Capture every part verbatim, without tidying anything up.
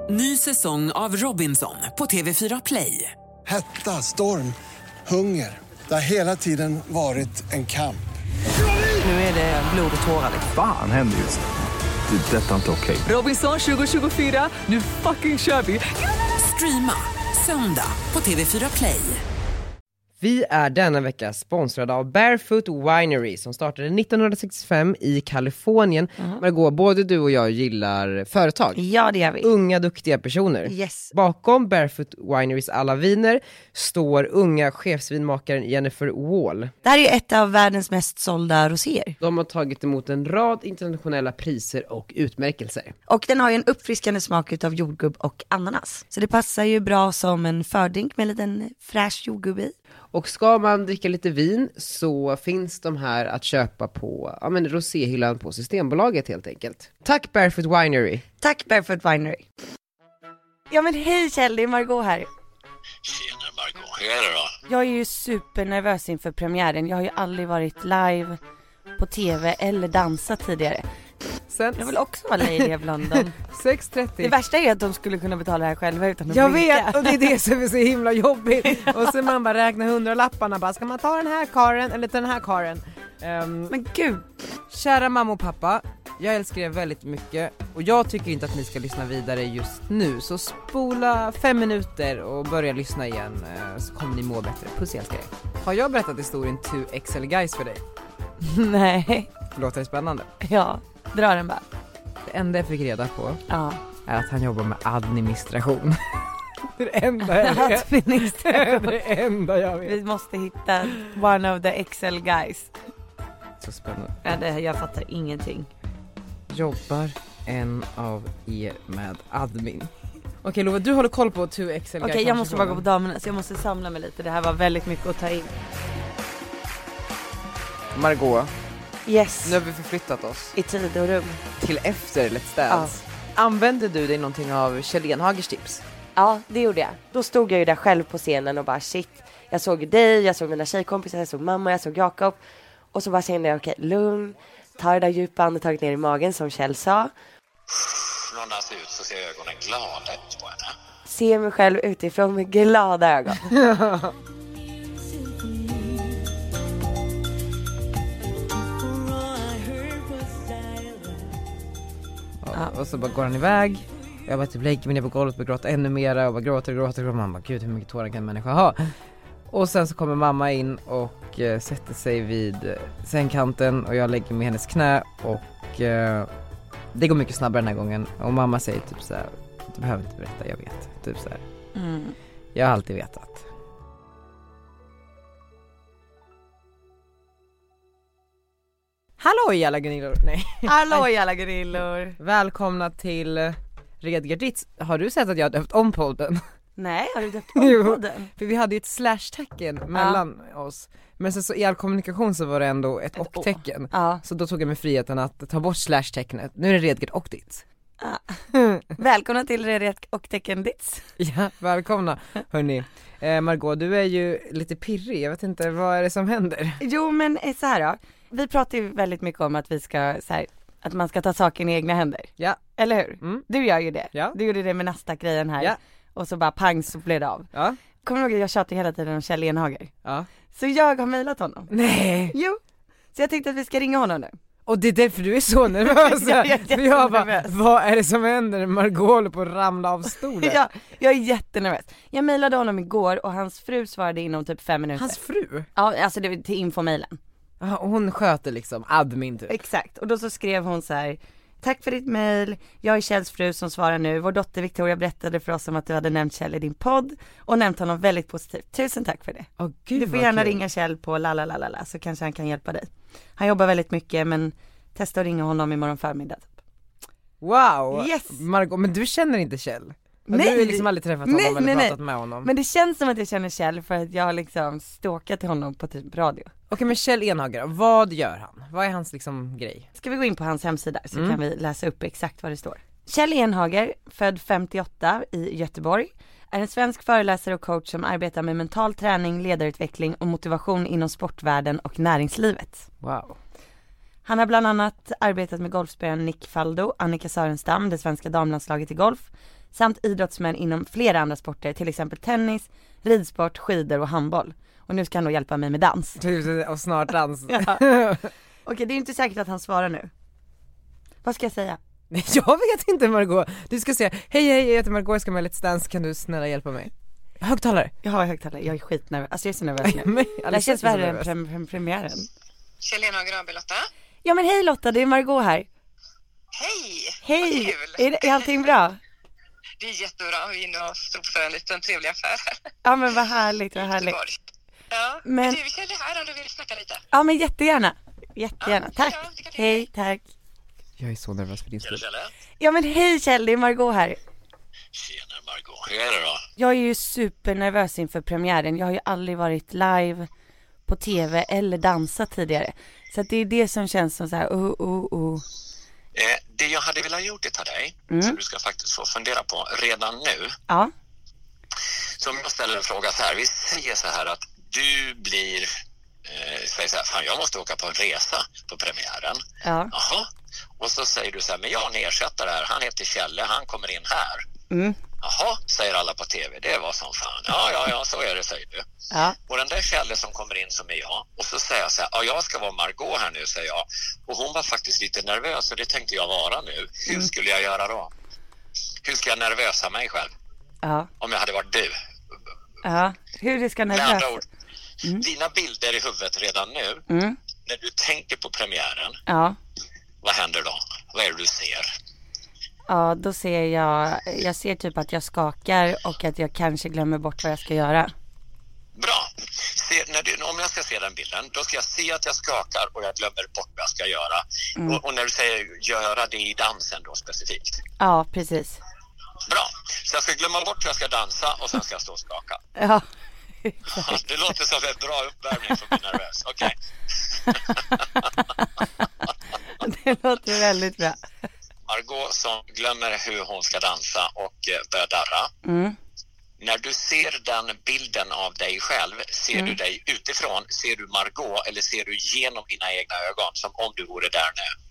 Ny säsong av Robinson på T V fyra Play. Hetta, storm, hunger. Det har hela tiden varit en kamp. Nu är det blod och tårar. Fan händer just det. Det är detta inte okej. Robinson tjugo tjugofyra, nu fucking kör vi. Streama söndag på T V fyra Play. Vi är denna vecka sponsrade av Barefoot Winery som startade nittonhundrasextiofem i Kalifornien. Mm. Margot, både du och jag gillar företag. Ja, det gör vi. Unga, duktiga personer. Yes. Bakom Barefoot Winerys alla viner står unga chefsvinmakaren Jennifer Wall. Det här är ju ett av världens mest sålda roséer. De har tagit emot en rad internationella priser och utmärkelser. Och den har ju en uppfriskande smak utav jordgubb och ananas. Så det passar ju bra som en fördrink med en liten fräsch jordgubb i. Och ska man dricka lite vin så finns de här att köpa på ja, men roséhyllan på Systembolaget helt enkelt. Tack Barefoot Winery. Tack Barefoot Winery. Ja men hej Kjell, det är Margot här. Tjena Margot, hur är det då? Jag är ju supernervös inför premiären. Jag har ju aldrig varit live på tv eller dansat tidigare. Sen... Jag vill också vara Lady of London. sex trettio. Det värsta är att de skulle kunna betala det här själva utan att Jag blinka. vet, och det är det som är så himla jobbigt. Och så man bara räknar hundra lapparna. Bara, ska man ta den här karen eller den här karen? Um, Men gud. Kära mamma och pappa, jag älskar er väldigt mycket. Och jag tycker inte att ni ska lyssna vidare just nu. Så spola fem minuter och börja lyssna igen. Så kommer ni må bättre. Puss, jag älskar er. Har jag berättat historien Two X L Guys för dig? Nej. Låter det spännande? Ja, dra den bara. Det enda jag fick reda på ja. är att han jobbar med administration. Det är det enda jag vet. Administration. Det är det enda jag vet. Vi måste hitta one of the X L guys. Så spännande. Ja, det, jag fattar ingenting. Jobbar en av er med admin? Okej Lova, du håller koll på Two X L guys. Okej, jag måste bara gå på damerna så jag måste samla mig lite. Det här var väldigt mycket att ta in. Margot. Yes. Nu har vi förflyttat oss i tid och rum till efter Let's Dance. Ja. Använde du dig någonting av Kjell Enhagers tips? Ja, det gjorde jag. Då stod jag ju där själv på scenen och bara shit. Jag såg dig, jag såg mina tjejkompisar, jag såg mamma, jag såg Jakob. Och så bara kände jag okej, okay, lugn. Ta det där djupa andetaget ner i magen som Kjell sa. Någonstans ut så ser ögonen glada ut på henne. Se mig själv utifrån med glada ögon. Ja, och så bara går han iväg. Jag bara typ lägger mig ner på golvet och gråter ännu mera. Och bara gråter och gråter och gråter. Mamma, gud hur mycket tårar kan en människa ha? Och sen så kommer mamma in och eh, sätter sig vid eh, sängkanten. Och jag lägger mig i hennes knä. Och eh, det går mycket snabbare den här gången. Och mamma säger typ så här: du behöver inte berätta, jag vet. Typ så här. Mm. Jag har alltid vetat. Hallå alla Gunillor. Nej. Hallå alla Gunillor. Välkomna till Redgert Ritz. Har du sett att jag har döpt om podden? Nej, har du döpt om podden? För vi hade ju ett slash-tecken mellan ja. oss. Men sen så i all kommunikation så var det ändå ett, ett och-tecken. Ja. Så då tog jag mig friheten att ta bort slash-tecknet. Nu är det Redgert och Ditz. Ah. Välkomna till Redgert och tecken Ditz. Ja, välkomna hörni. Eh, Margot, du är ju lite pirrig. Jag vet inte, vad är det som händer? Jo men så här då. Vi pratar ju väldigt mycket om att vi ska så här, att man ska ta saken i egna händer. Ja. Eller hur? Mm. Du gör ju det. Ja. Du gjorde det med Nasdaq-grejen här. Ja. Och så bara pang så blev det av. Ja. Kommer du ihåg att jag tjatar hela tiden om Kjell Enhager? Ja. Så jag har mejlat honom. Nej. Jo. Så jag tänkte att vi ska ringa honom nu. Och det är därför du är så nervös. jag är för jag bara, vad är det som händer? Margot håller på att ramla av stolen. Ja, jag är jättenervös. Jag mejlade honom igår och hans fru svarade inom typ fem minuter. Hans fru? Ja, alltså det var till infomailen. Ja, hon sköter liksom admin typ. Exakt, och då så skrev hon så här: tack för ditt mejl, jag är Kjells fru som svarar nu. Vår dotter Victoria berättade för oss om att du hade nämnt Kjell i din podd och nämnt honom väldigt positivt. Tusen tack för det. Oh, Gud, du får gärna kul. ringa Kjell på lalalala så kanske han kan hjälpa dig. Han jobbar väldigt mycket men testa att ringa honom imorgon förmiddag typ. Wow, yes. Margot, men du känner inte Kjell? Nej. Du har liksom aldrig träffat honom nej, eller nej, pratat nej. med honom. Men det känns som att jag känner Kjell för att jag har liksom stalkat till honom på typ radio. Okej, men Kjell Enhager, vad gör han? Vad är hans liksom grej? Ska vi gå in på hans hemsida så Mm. kan vi läsa upp exakt vad det står. Kjell Enhager, född femtioåtta i Göteborg, är en svensk föreläsare och coach som arbetar med mental träning, ledarutveckling och motivation inom sportvärlden och näringslivet. Wow. Han har bland annat arbetat med golfspelaren Nick Faldo, Annika Sörenstam, det svenska damlandslaget i golf, samt idrottsmän inom flera andra sporter, till exempel tennis, ridsport, skidor och handboll. Och nu ska han då hjälpa mig med dans. Och snart dans. Ja. Okej, det är inte säkert att han svarar nu. Vad ska jag säga? Jag vet inte, Margot. Du ska säga, hej hej, jag heter Margot, jag ska med lite dans, kan du snälla hjälpa mig? Högtalare. Jag har högtalare, jag är skitnervös. Alltså jag är så nervös nu. Men, det här känns värre än prem- prem- premiären. Kjell Enhager och Lotta. Ja men hej Lotta, det är Margot här. Hej! Hej! Kul. Är, det, är allting bra? Det är jättebra, vi är inne och stod för en liten trevlig affär här. Ja men vad härligt, vad härligt. Ja, men... men du, vi känner här om du vill snacka lite. Ja men jättegärna, jättegärna, ja, tack. Ja, hej, tack. Jag är så nervös för din skull. Ja men hej Kjell, det är Margot här. Tjena Margot, hur är det då? Jag är ju supernervös inför premiären. Jag har ju aldrig varit live på tv eller dansat tidigare. Så att det är det som känns som så här, oh, oh, oh. Eh, det jag hade velat gjort det till dig, Mm. som du ska faktiskt få fundera på redan nu. Ja, Så om jag ställer en fråga så här, vi säger så här att du blir, eh, säger så här, fan jag måste åka på en resa på premiären. ja, Jaha, och så säger du så här, men jag har en ersättare här, han heter Kjelle, han kommer in här. mm. Jaha, säger alla på tv, det var som fan. Ja, ja, ja, så är det, säger du. Ja, Och den där Kjelle som kommer in som är jag, och så säger jag så här, ja jag ska vara Margot här nu, säger jag. Och hon var faktiskt lite nervös och det tänkte jag vara nu. Hur Mm. skulle jag göra då? Hur ska jag nervösa mig själv? ja, Om jag hade varit du. ja. Hur det ska Med andra nervös. ord, dina bilder i huvudet redan nu, Mm. när du tänker på premiären, Ja, vad händer då? Vad är det du ser? ja, då ser jag, jag ser typ att jag skakar och att jag kanske glömmer bort vad jag ska göra. Bra. Se, när du, om jag ska se den bilden, då ska jag se att jag skakar och jag glömmer bort vad jag ska göra. Mm. Och, och när du säger göra det i dansen då specifikt. Ja, precis. Bra. Så jag ska glömma bort hur jag ska dansa och sen ska jag stå och skaka. Ja, Ja, det låter som en bra uppvärmning för att bli nervös. Okej. det låter väldigt bra. Margot som glömmer hur hon ska dansa och eh, börjar darra. Mm. När du ser den bilden av dig själv, ser Mm. du dig utifrån? Ser du Margot eller ser du genom dina egna ögon som om du vore där nu?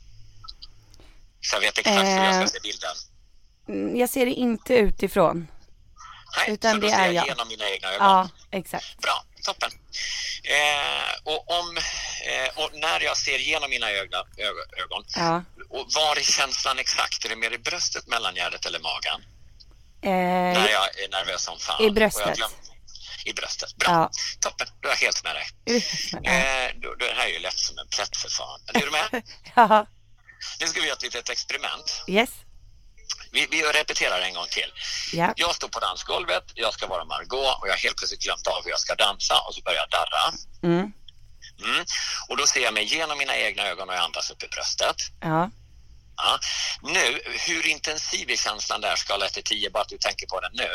Så jag vet exakt hur jag Eh. ska se bilden. Mm, jag ser det inte utifrån. Nej, utan så då det ser är jag jag. genom mina egna ögon. Ja, exakt. Bra, toppen. Eh, och, om, eh, och när jag ser genom mina ögon, ögon Ja. och var är känslan exakt? Är det mer i bröstet, mellangärdet eller magen? Eh, När jag är nervös som fan. I bröstet. Och jag glöm- I bröstet, bra. Ja. Toppen, då är jag helt med dig. ja. Eh, då, då, det här är ju lätt som en plätt för fan. Är du med? Ja, Nu ska vi göra ett litet experiment. yes. Vi, vi repeterar en gång till. Ja, Jag står på dansgolvet, jag ska vara Margot och jag har helt plötsligt glömt av hur jag ska dansa och så börjar jag darra. mm. Mm. Och då ser jag mig genom mina egna ögon och jag andas upp i bröstet. Ja. Ja. Nu, hur intensiv är känslan där? Skala ett till tio, bara att du tänker på den nu.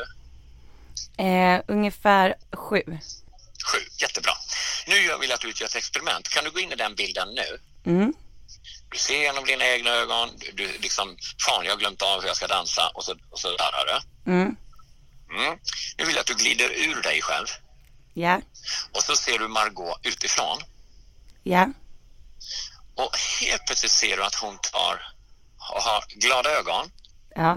Eh, ungefär sju. Sju, jättebra. Nu jag vill att du gör ett experiment. Kan du gå in i den bilden nu? Mm. Du ser genom dina egna ögon, du, du liksom, fan jag har glömt av hur jag ska dansa och så, och så darrar du. Mm. Mm. Nu vill jag att du glider ur dig själv Ja, och så ser du Margot utifrån. ja, Och helt plötsligt ser du att hon tar och har glada ögon. ja,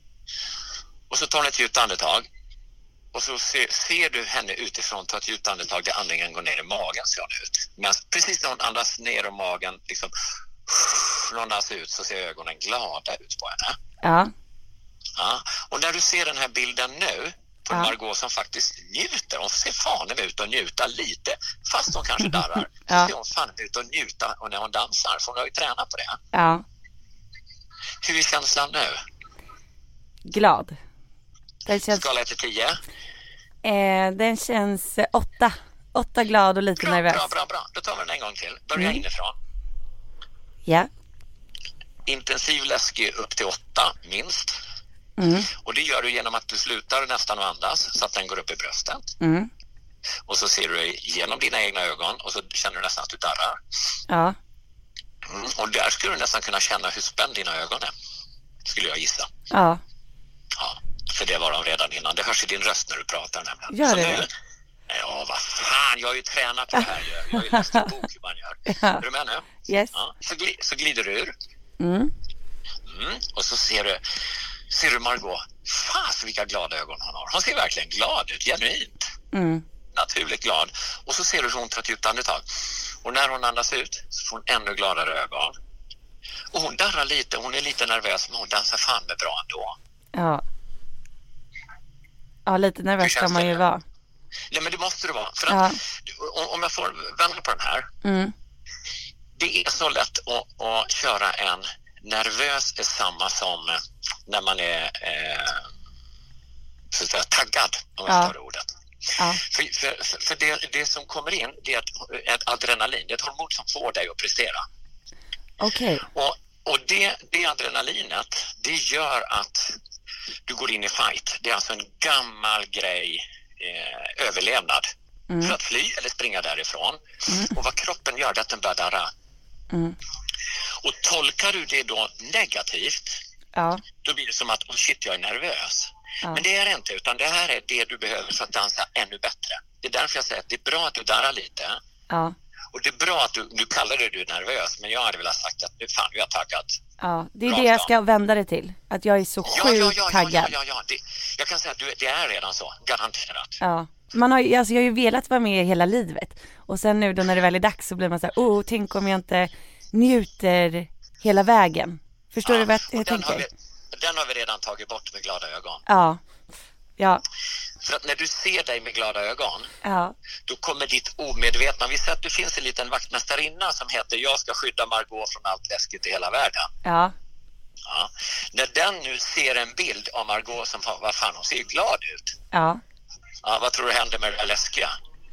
Och så tar hon ett djupt andetag. Och så ser, ser du henne utifrån ta ett djupt andetag där andningen går ner i magen, ser hon ut. Men precis när hon andas ner i magen, liksom, när hon andas ut så ser ögonen glada ut på henne. ja, Ja. Och när du ser den här bilden nu på Ja. Margot som faktiskt njuter, hon ser fan ut och njuta lite, fast hon kanske darrar, Ja. så ser hon fan ut och njuta och när hon dansar, för hon har ju tränat på det. ja. Hur är känslan nu? Glad. Den känns, Skala ett till tio. eh, den känns eh, åtta. Åtta glad och lite Bra, nervös. bra, bra, bra. Då tar vi den en gång till. Börja Mm. inifrån. Ja. Intensiv läskig upp till åtta, minst. Mm. Och det gör du genom att du slutar nästan att andas så att den går upp i bröstet. Mm. Och så ser du genom dina egna ögon och så känner du nästan att du darrar. Ja. Mm. Och där skulle du nästan kunna känna hur spänd dina ögon är. Skulle jag gissa. Ja. Ja, för det var de redan innan. Det hörs i din röst när du pratar nämligen. Gör Så det nu, det? ja, vad fan. Jag har ju tränat på det här. Jag, jag har ju läst en bok hur man gör. Ja. Är du med nu? Yes. Ja. Så, gli, så glider du ur. Mm. Mm. Och så ser du, ser du Margot, fast vilka glada ögon hon har. Hon ser verkligen glad ut, genuint. Mm. Naturligt glad. Och så ser du hur hon tar ett djupt andetag. Och när hon andas ut så får hon ännu gladare ögon. Och hon darrar lite, hon är lite nervös, men hon dansar fan med bra ändå. Ja. Ja, lite nervös ska man ju det? vara. Ja, men det måste du vara. För att, ja. Om jag får vända på den här. Mm. Det är så lätt att, att köra en nervös är samma som när man är eh, så att säga, taggad, om jag tar ordet. Ja. För, för, för det, det som kommer in, det är ett, ett adrenalin. Det är ett hormon som får dig att prestera. Okej. Okay. Och, och det, det adrenalinet, det gör att du går in i fight. Det är alltså en gammal grej, eh, överlevnad. Mm. För att fly eller springa därifrån. Mm. Och vad kroppen gör, det är att den börjar darra. Mm. Och tolkar du det då negativt, ja. Då blir det som att, oh shit, jag är nervös. Ja. Men det är det inte, utan det här är det du behöver för att dansa ännu bättre. Det är därför jag säger att det är bra att du darrar lite. Ja. Och det är bra att du, du kallar det du är nervös, men jag hade velat sagt att nu fan, vi har taggat. Ja, det är bra det jag ska vända det till. Att jag är så sjukt ja, ja, ja, taggad. Ja, ja, ja. Det, jag kan säga att du, det är redan så, garanterat. Ja. Man har, alltså jag har ju velat vara med hela livet. Och sen nu då när det väl är dags så blir man så här, oh, tänk om jag inte njuter hela vägen. Förstår ja, du vad jag, jag tänker? Har vi, den har vi redan tagit bort med glada ögon. Ja. Ja. För att när du ser dig med glada ögon, ja. Då kommer ditt omedvetna. Vi säger att det finns en liten vaktmästarinna som heter jag ska skydda Margot från allt läskigt i hela världen. Ja. Ja. När den nu ser en bild av Margot som, vad fan, hon ser glad ut. Ja. Ja, vad tror du händer med det här läskiga?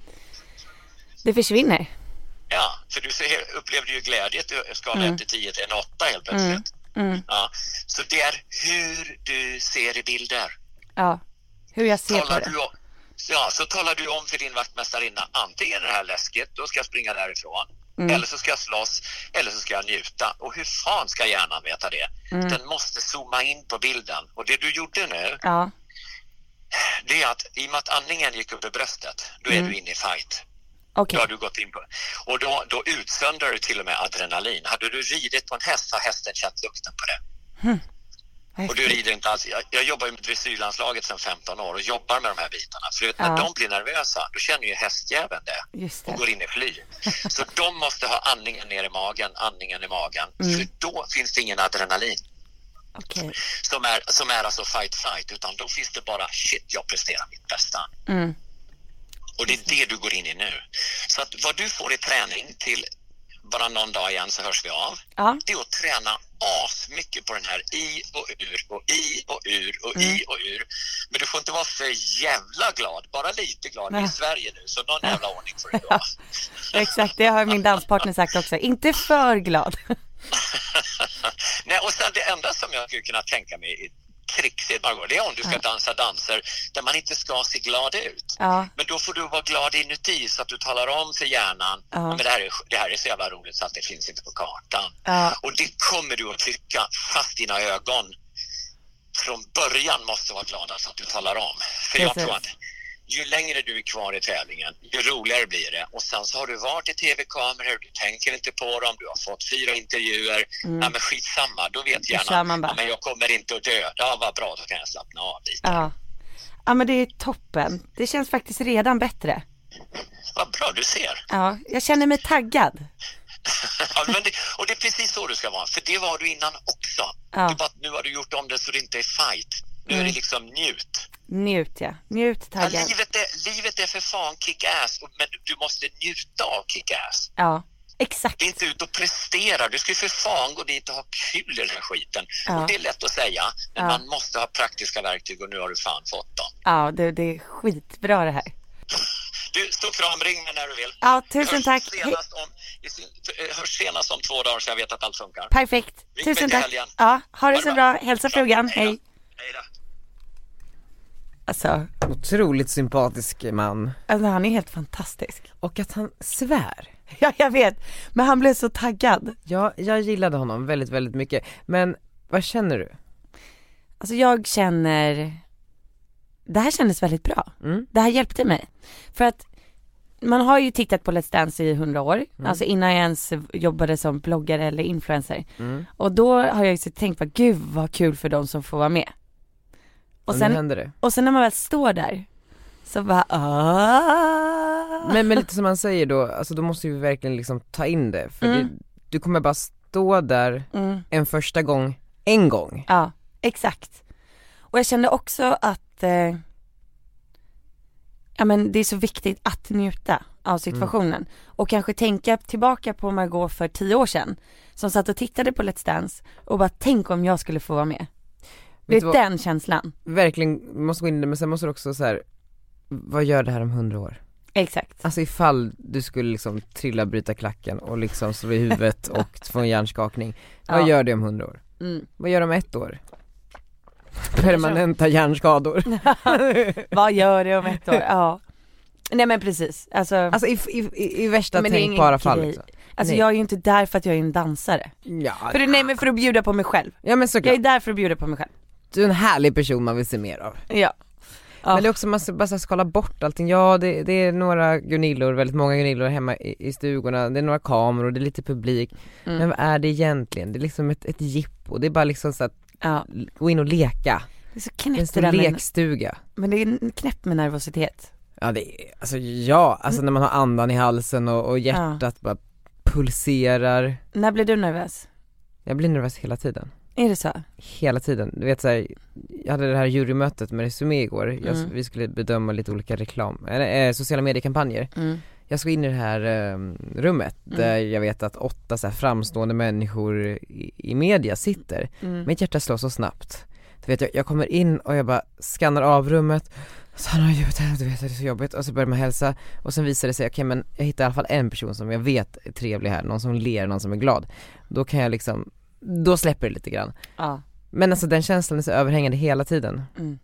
Det försvinner. Ja, för du ser, upplevde ju glädje att skala mm. ett till tio till en åtta helt plötsligt. Mm. Mm. Ja, så det är hur du ser i bilder. Ja, hur jag ser talar på det. Du om, ja, så talar du om för din vaktmästarinna, antingen är det här läskigt, då ska jag springa därifrån. Mm. Eller så ska jag slåss, eller så ska jag njuta. Och hur fan ska hjärnan veta det? Mm. Den måste zooma in på bilden. Och det du gjorde nu, ja. Det är att i och med att andningen gick upp i bröstet, då är mm. du inne i fight. Okay. Då har du gått in på. Och då, då utsöndrar du till och med adrenalin. Hade du ridit på en häst har hästen känt lukten på det. Hmm. Och du rider inte alls. Jag, jag jobbar ju med dressyrlandslaget sedan femton år och jobbar med de här bitarna. För ja. När de blir nervösa, då känner ju hästjäveln det. Just det. Och går in i fly. Så de måste ha andningen ner i magen, andningen i magen. Mm. För då finns det ingen adrenalin. Okay. Som är, som är alltså fight-fight. Utan då finns det bara shit, jag presterar mitt bästa. Mm. Och det är det du går in i nu. Så att vad du får i träning till bara någon dag igen så hörs vi av. Ja. Det är att träna as mycket på den här i och ur och i och ur och mm. i och ur. Men du får inte vara för jävla glad. Bara lite glad. Nej. I Sverige nu. Så någon jävla ordning får du ha. Exakt, det har min danspartner sagt också. Inte för glad. Nej, och sen det enda som jag skulle kunna tänka mig trixigt, Margot, det är om du ska dansa danser där man inte ska se glad ut. Ja. Men då får du vara glad inuti så att du talar om för hjärnan ja. Men det här, är, det här är så jävla roligt så att det finns inte på kartan. Ja. Och det kommer du att tycka fast dina ögon från början måste vara glada så att du talar om. För jag tror att ju längre du är kvar i tävlingen, ju roligare blir det. Och sen så har du varit i tv-kameror, du tänker inte på dem, du har fått fyra intervjuer. Mm. Ja, men skitsamma, då vet hjärnan, ja, men jag kommer inte att dö. Ja, vad bra, då kan jag slappna av lite. Ja. Ja, men det är toppen. Det känns faktiskt redan bättre. Vad bra du ser. Ja, jag känner mig taggad. Ja, men det, och det är precis så du ska vara. För det var du innan också. Ja. Du bara, nu har du gjort om det så det inte är fight. Nu mm. är det liksom njut. Njut, ja. Njut, taggad. Ja, livet, är, livet är för fan kick-ass. Men du måste njuta av kick-ass. Ja, exakt. Det är inte ut och prestera. Du ska ju för fan gå dit och ha kul i den här skiten. Ja. Och det är lätt att säga. Men ja. Man måste ha praktiska verktyg och nu har du fan fått dem. Ja, det, det är skitbra det här. Du, stå fram, ring mig när du vill. Ja, tusen hörs tack. Senast om, hörs senast om två dagar så jag vet att allt funkar. Perfekt. Ring tusen tack. Helgen. Ja, ha det ha så det bra. bra. Hälsa frugan. Hej. Hej. Hej då. Alltså, otroligt sympatisk man. Alltså, han är helt fantastisk. Och att han svär. Ja, jag vet. Men han blev så taggad. Ja, jag gillade honom väldigt, väldigt mycket. Men vad känner du? Alltså, jag känner... Det här kändes väldigt bra. Mm. Det här hjälpte mig. För att man har ju tittat på Let's Dance i hundra år. Mm. Alltså innan jag ens jobbade som bloggare eller influencer. Mm. Och då har jag ju tänkt på, gud vad kul för de som får vara med. Och Och sen, händer det. och sen när man väl står där så bara ah. Men, men lite som man säger då, alltså då måste vi verkligen liksom ta in det. För Mm. det, du kommer bara stå där Mm. en första gång, en gång. Ja, exakt. Och jag kände också att eh, ja, men det är så viktigt att njuta av situationen. Mm. Och kanske tänka tillbaka på Margot för tio år sedan. Som satt och tittade på Let's Dance och bara tänk om jag skulle få vara med. Det är den känslan. Verkligen, måste gå in i det, men sen måste du också så här, vad gör det här om hundra år? Exakt. Alltså ifall du skulle liksom trilla, bryta klacken och liksom slå i huvudet och få en hjärnskakning. Vad Ja. gör det om hundra år? Mm. Vad gör det om ett år? Permanenta hjärnskador. Vad gör det om ett år? Ja. Nej men precis. Alltså, Alltså i, i, i, i värsta men det är tänkbara ingen fall grej. liksom. Alltså Nej. jag är ju inte där för att jag är en dansare. Ja, För det, nej men för att bjuda på mig själv. ja men såklart. Jag är där för att bjuda på mig själv. Du är en härlig person man vill se mer av. Ja. Ja. Men det är också, man ska bara skala bort allting. Ja, det, det är några Gunillor, väldigt många Gunillor hemma i, i stugorna. Det är några kameror, det är lite publik. Mm. Men vad är det egentligen? Det är liksom ett, ett jippo. Det är bara liksom så att Ja. gå in och leka. Det är så En knäppt stor det där med, lekstuga. men det är knäppt med nervositet. Ja, det är, alltså ja, alltså när man har andan i halsen och, och hjärtat bara pulserar. När blir du nervös? Jag Jag blir nervös hela tiden. Är det så? Hela tiden. Du vet så här, jag hade det här jurymötet med Resumé igår. Jag, Mm. vi skulle bedöma lite olika reklam, eller eh, sociala mediekampanjer. Mm. Jag ska in i det här eh, rummet Mm. där jag vet att åtta så här framstående människor i, i media sitter. Mm. Mitt hjärta slår så snabbt. Du vet, jag, jag kommer in och jag bara skannar av rummet. Så han har gjort det, du vet det är så jobbigt. Och så börjar man hälsa. Och sen visar det sig, okej okay, men jag hittar i alla fall en person som jag vet är trevlig här. Någon som ler, någon som är glad. Då kan jag liksom, då släpper det lite grann. Ja. Men alltså den känslan är så överhängande hela tiden. Mm.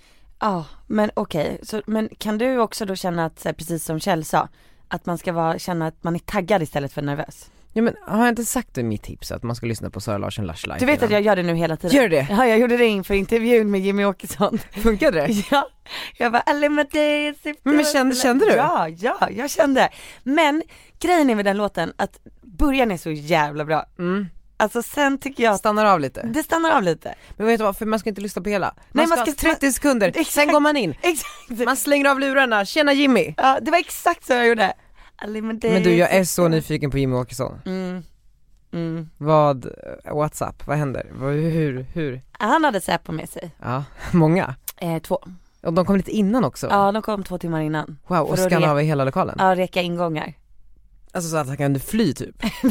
Ja, men okej. Så, men kan du också då känna att, så här, precis som Kjell sa, att man ska vara, känna att man är taggad istället för nervös? Ja men har jag inte sagt det i mitt tips att man ska lyssna på Sara Larsson Lush Live? Du vet innan? att jag gör det nu hela tiden. Gör det? Ja, jag gjorde det inför intervjun med Jimmy Åkesson. Funkade det? Ja, jag bara, alla med dig. Men, men kände, kände du? Ja, ja, jag kände. Men grejen är med den låten att början är så jävla bra. Mm. Alltså sen tycker jag att Stannar av lite. det stannar av lite. Men vet du vad, för man ska inte lyssna på hela. Man Nej, ska man ha ska- trettio sekunder, Exakt. sen går man in. Exakt. Man slänger av lurarna, tjena Jimmy. Ja, det var exakt så jag gjorde. Alla med dig. Men du, jag är så nyfiken på Jimmy Åkesson. Mm. Mm. Vad, eh, WhatsApp, vad händer? Vad, hur, hur? Han hade Säpo med sig. Ja, många. Eh, två. Och de kom lite innan också. Ja, de kom två timmar innan. Wow, och För att skanna re- av i hela lokalen. Ja, reka ingångar. Alltså så att han kan fly typ.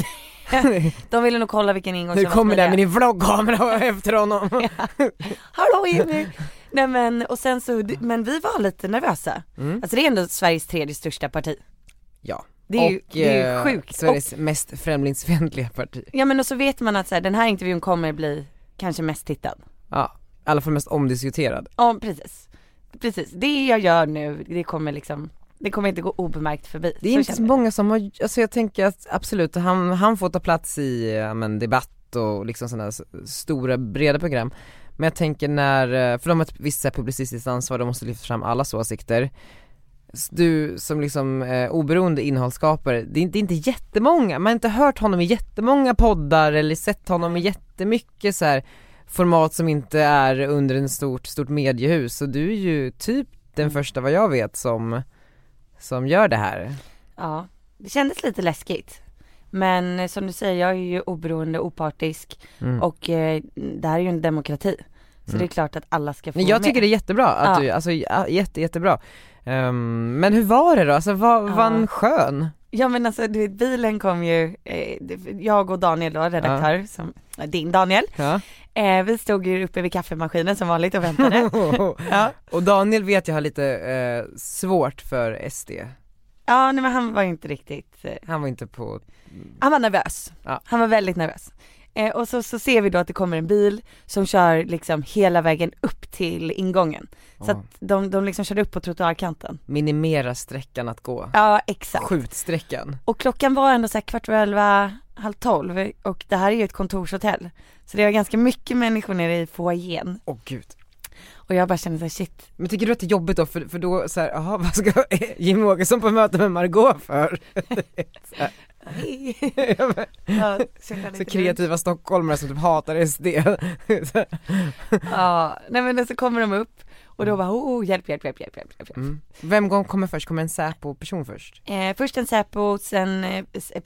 De ville nog kolla vilken ingång Nu som var kommer där smidigast. med din vloggkamera efter honom. Hallå Jimmy! Nej men, och sen så, men vi var lite nervösa. Mm. Alltså det är ändå Sveriges tredje största parti. Ja. Det är ju, och, det är ju eh, sjukt. Sveriges Och, mest främlingsfientliga parti. ja men och så vet man att så här, den här intervjun kommer bli kanske mest tittad. Ja, i alla fall mest omdiskuterad. Ja precis. Precis, det jag gör nu, det kommer liksom, det kommer inte gå obemärkt förbi. Det är Så inte så känner många som har, alltså jag tänker att absolut, han, han får ta plats i ja, men, debatt och liksom sådana s- stora breda program. Men jag tänker när, för de har ett visst så här publicistiskt ansvar, de måste lyfta fram allas åsikter. S- Du som liksom eh, oberoende innehållsskapare, det är, det är inte jättemånga, man har inte hört honom i jättemånga poddar eller sett honom i jättemycket så här format som inte är under en stort, stort mediehus. Så du är ju typ den första vad jag vet som, som gör det här. Ja, det kändes lite läskigt. Men eh, som du säger, jag är ju oberoende, opartisk Mm. och eh, det här är ju en demokrati. Så Mm. det är klart att alla ska få Men jag med. tycker det är jättebra att Ja. du, alltså ja, jätte, jättebra. Um, men hur var det då? Alltså var, var han Ja. skön? Ja men alltså du vet, bilen kom ju, eh, det- jag och Daniel då, redaktör, som, eh, din Daniel, Ja. eh, vi stod ju uppe vid kaffemaskinen som vanligt och väntade. Ja, Och Daniel vet jag har lite eh, svårt för S D. ja nej, men han var inte riktigt, eh, Han var inte på... han var nervös. Ja. Han var väldigt nervös. Eh, och så, så ser vi då att det kommer en bil som kör liksom hela vägen upp till ingången. Så Ja. att de, de liksom körde upp på trottoarkanten. Minimera sträckan att gå. Ja, exakt. Skjutsträckan. Och klockan var ändå så här kvart över elva, halv tolv och det här är ju ett kontorshotell. Så det var ganska mycket människor nere i foajén. Åh gud. Och jag bara kände så här, shit. Men tycker du att det är jobbigt då? För, för då så här, jaha, vad ska Jimmy Åkesson på möte med Margot för? Så här. ja, så, så kreativa stockholmare som typ hatar S D. Ja, nej men så kommer de upp och då bara, oh, hjälp, hjälp, hjälp, hjälp, hjälp, hjälp. Mm. Vem kommer först? Kommer en Säpo-person först? Eh, först en Säpo, sen eh,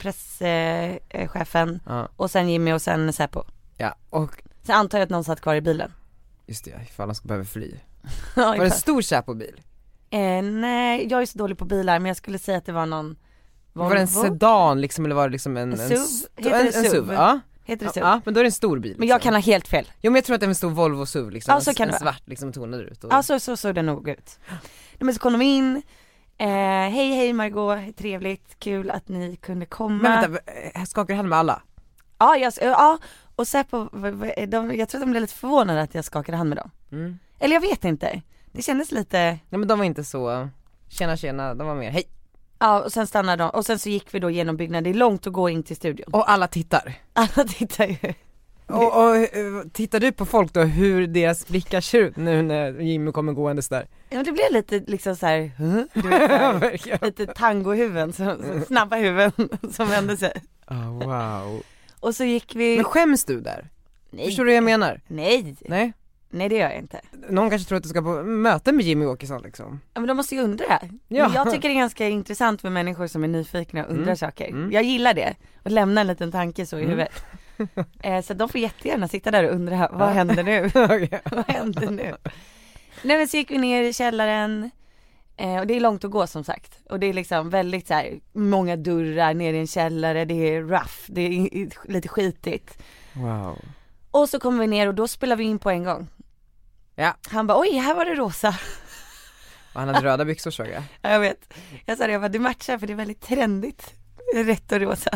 presschefen eh, ja. och sen Jimmy och sen Säpo. Ja, och sen antar jag att någon satt kvar i bilen. Just det, ifall de ska behöva fly. ja, var det en stor Säpo-bil? Eh, nej, jag är så dålig på bilar, men jag skulle säga att det var någon Volvo. Var det en sedan liksom, eller var det liksom en... En en SUV? Heter en, det en SUV? SUV? Ja. Heter det SUV? Ja, men då är det en stor bil liksom. Men jag kan ha helt fel. Jo men jag tror att det är en stor Volvo SUV liksom, ja, så kan en, det en svart liksom tonad ut. Och... Ja, så såg så det nog ut. Men så kom de in, eh, hej hej Margot, trevligt, kul att ni kunde komma. Men vänta, skakar du hand med alla? Ja, jag, ja och Säpo, de, jag tror att de blev lite förvånade att jag skakade hand med dem. Mm. Eller jag vet inte, det kändes lite... Nej men de var inte så, tjena tjena, de var mer, hej. Ja, och sen stannade de, och sen så gick vi då genom byggnaden, det är långt att gå in till studion. Och alla tittar? Alla tittar ju. Och, och tittar du på folk då, hur deras blickar ser ut nu när Jimmy kommer gåendes där? Ja, men det blev lite liksom så här, huh? Du vet, så här lite tangohuvuden, så, så snabba huvuden som vände sig. Oh, wow. Och så gick vi... Men skäms du där? Nej. Förstår du vad jag menar? Nej. Nej. Nej, det gör jag inte. Någon kanske tror att du ska på möte med Jimmy Åkesson liksom. Ja, men de måste ju undra. Ja. Men jag tycker det är ganska intressant med människor som är nyfikna och undrar mm. saker. Mm. Jag gillar det. Och lämna en liten tanke så i mm. huvudet. eh, så de får jättegärna sitta där och undra, vad händer nu? Vad händer nu? Nej, men så gick vi ner i källaren. Eh, och det är långt att gå som sagt. Och det är liksom väldigt så här, många dörrar ner i en källare. Det är rough. Det är lite skitigt. Wow. Och så kommer vi ner och då spelar vi in på en gång. Ja. Han bara, oj, här var det rosa. Och han hade röda byxor såg jag. Ja, jag vet. Jag sa det, jag bara, du matchar för det är väldigt trendigt. Rätt och rosa.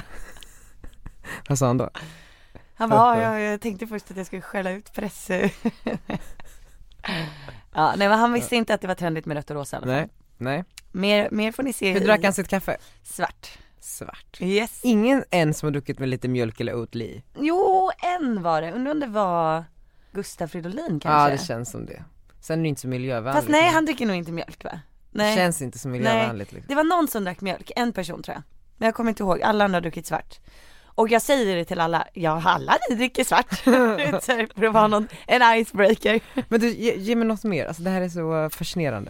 Vad sa han då? Han bara, ja, jag tänkte först att jag skulle skälla ut press. Ja, nej, men han visste inte att det var trendigt med rött och rosa. Nej, nej. Mer, mer får ni se. Hur drack han sitt kaffe? Svart. Svart. Yes. Ingen än som har druckit med lite mjölk eller Oatly. Jo, en var det. Undrar om det var Gustav Fridolin kanske. Ja, det känns som det. Sen är det inte så miljövänligt. Fast nej, han dricker nog inte mjölk, va? Nej. Det känns inte så miljövänligt. Nej. Liksom. Det var någon som drack mjölk, en person tror jag. Men jag kommer inte ihåg, alla andra har druckit svart. Och jag säger det till alla, ja, alla ni dricker svart. För att vara någon, en icebreaker. Men du, ge, ge mig något mer, alltså det här är så fascinerande.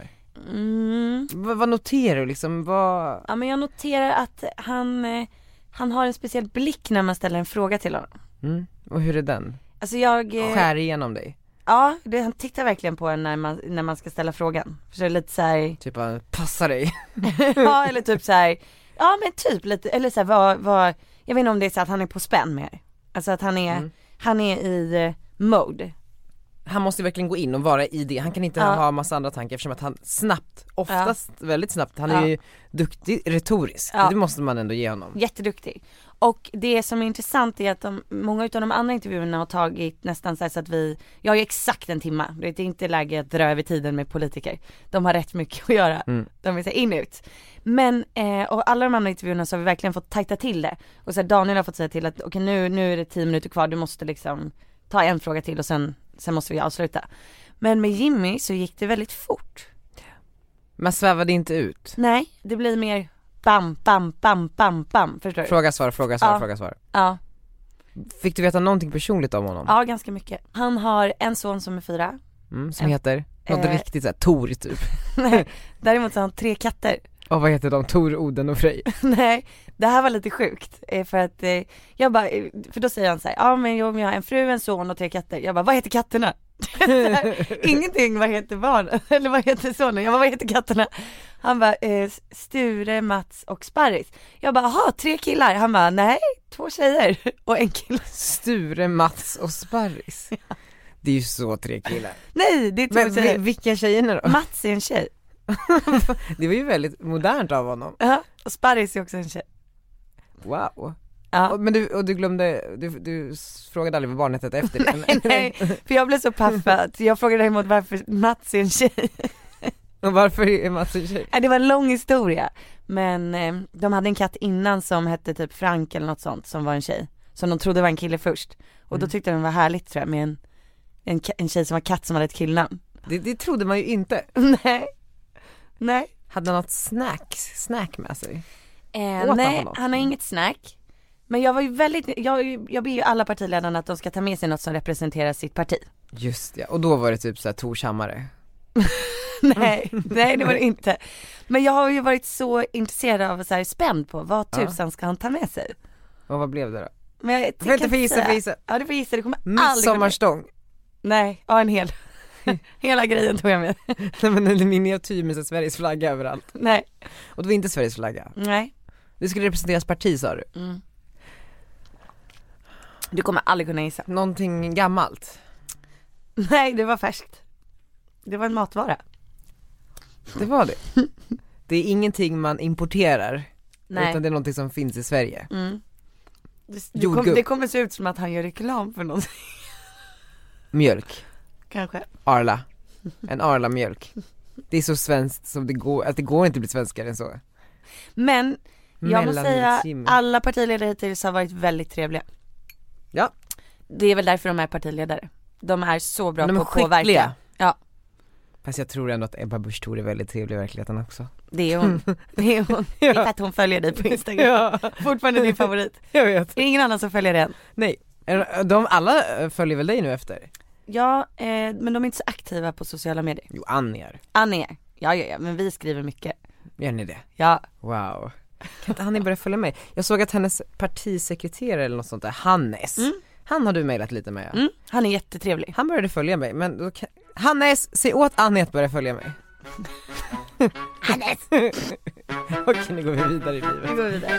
Mm. V- vad noterar du liksom? Vad... Ja, men jag noterar att han, eh, han har en speciell blick när man ställer en fråga till honom. Mm. Och hur är den? Alltså jag... Eh, Skär igenom dig? Ja, det, han tittar verkligen på en när man, när man ska ställa frågan. För så är det lite så här... Typ, passa dig. Ja, eller typ så här... Ja, men typ lite, eller så här, vad, vad... Jag vet inte om det är så att han är på spänn med. Alltså att han är, mm. han är i uh, mode. Han måste verkligen gå in och vara i det. Han kan inte ja. ha massa andra tankar eftersom att han snabbt, oftast ja. väldigt snabbt, han är ja. ju duktig retoriskt. Ja. Det måste man ändå ge honom. Jätteduktig. Och det som är intressant är att de, många av de andra intervjuerna har tagit nästan så, här så att vi, jag har ju exakt en timme. Det är inte läge att dra över tiden med politiker. De har rätt mycket att göra. Mm. De är så in ut. Men, eh, och alla de andra intervjuerna så har vi verkligen fått tajta till det. Och så här, Daniel har fått säga till att okej, nu, nu är det tio minuter kvar, du måste liksom ta en fråga till och sen, sen måste vi avsluta. Men med Jimmy så gick det väldigt fort. Man svävade inte ut? Nej, det blir mer bam, bam, bam, bam, bam, förstår du? Fråga, svar, fråga, svar, ja. fråga, svar. Ja. Fick du veta någonting personligt om honom? Ja, ganska mycket. Han har en son som är fyra. Mm, som en, heter? Något eh, riktigt såhär, Tor typ. Nej, däremot så har han tre katter. Och vad heter de? Tor, Oden och Frej? Nej, det här var lite sjukt. För att jag bara, för då säger han så här, ja men jag har en fru, en son och tre katter. Jag bara, vad heter katterna? Ingenting, vad heter barnen? Eller vad heter sonen? Jag bara, vad heter katterna? Han bara, eh, Sture, Mats och Sparris. Jag bara, aha, tre killar. Han bara, nej, två tjejer och en kille. Sture, Mats och Sparris. Ja. Det är ju så tre killar. Nej, det är två men, tjejer. Vilka tjejerna då? Mats är en tjej. Det var ju väldigt modernt av honom. Ja, och Sparris är också en tjej. Wow. Ja. Och, men du, och du glömde, du, du frågade aldrig vad barnet hette efter det. nej, nej, för jag blev så paff att jag frågade däremot varför Mats är en tjej. Och varför är Mats en tjej? Det var en lång historia. Men eh, de hade en katt innan som hette typ Frank eller något sånt, som var en tjej. Som de trodde var en kille först. Och då tyckte de det var härligt, tror jag, med en, en, en tjej som var katt som hade ett killnamn. Det, det trodde man ju inte. Nej. Nej. Hade han något snack, snack med sig? Eh, Åt nej, han något? han har inget snack. Men jag var ju väldigt, jag, jag ber ju alla partiledarna att de ska ta med sig något som representerar sitt parti. Just ja, och då var det typ så här Torshammare. nej, nej det var det inte. Men jag har ju varit så intresserad av, så här, spänd på vad tusan ska han ta med sig. Och vad blev det då? Men jag, jag får inte få gissa, få gissa. Ja, du får gissa, det kommer aldrig gå. Midsommarstång. Nej, ja en hel. Hela grejen tog jag med. Nej men en miniatyr med Sveriges flagga överallt. Nej. Och det var inte Sveriges flagga. Nej. Det skulle representeras parti, sa du. Mm. Du kommer aldrig kunna gissa. Någonting gammalt. Nej, det var färskt. Det var en matvara. Det var det. Det är ingenting man importerar. Nej. Utan det är någonting som finns i Sverige. Mm. Det, det, kom, det kommer se ut som att han gör reklam för någonting. Mjölk. Kanske. Arla. En Arla mjölk. Det är så svenskt som det går. Att det går inte att bli svenskare än så. Men jag måste säga, Jimmy. alla partiledare hittills har varit väldigt trevliga. Ja. Det är väl därför de är partiledare. De är så bra de är på att påverka. Ja. Fast jag tror ändå att Ebba Busch Thor är väldigt trevlig i verkligheten också. Det är hon. Det är hon. Ja. Det är att hon följer dig på Instagram. Ja. Fortfarande din favorit. Jag vet. Det är ingen annan som följer den. Nej. De alla följer väl dig nu efter? Ja, eh, men de är inte så aktiva på sociala medier. Jo, Annie är. Annie är. Ja, ja, ja, men vi skriver mycket. Gör ni det? Ja. Wow. Kan inte Annie börja följa mig? Jag såg att hennes partisekreterare eller något sånt där, Hannes. Mm. Han har du mejlat lite med. Mm. Han är jättetrevlig. Han började följa mig, men då kan... Hannes, se åt Annie att börja följa mig. Hannes! Okej, nu går vi vidare i livet. Nu går vi vidare.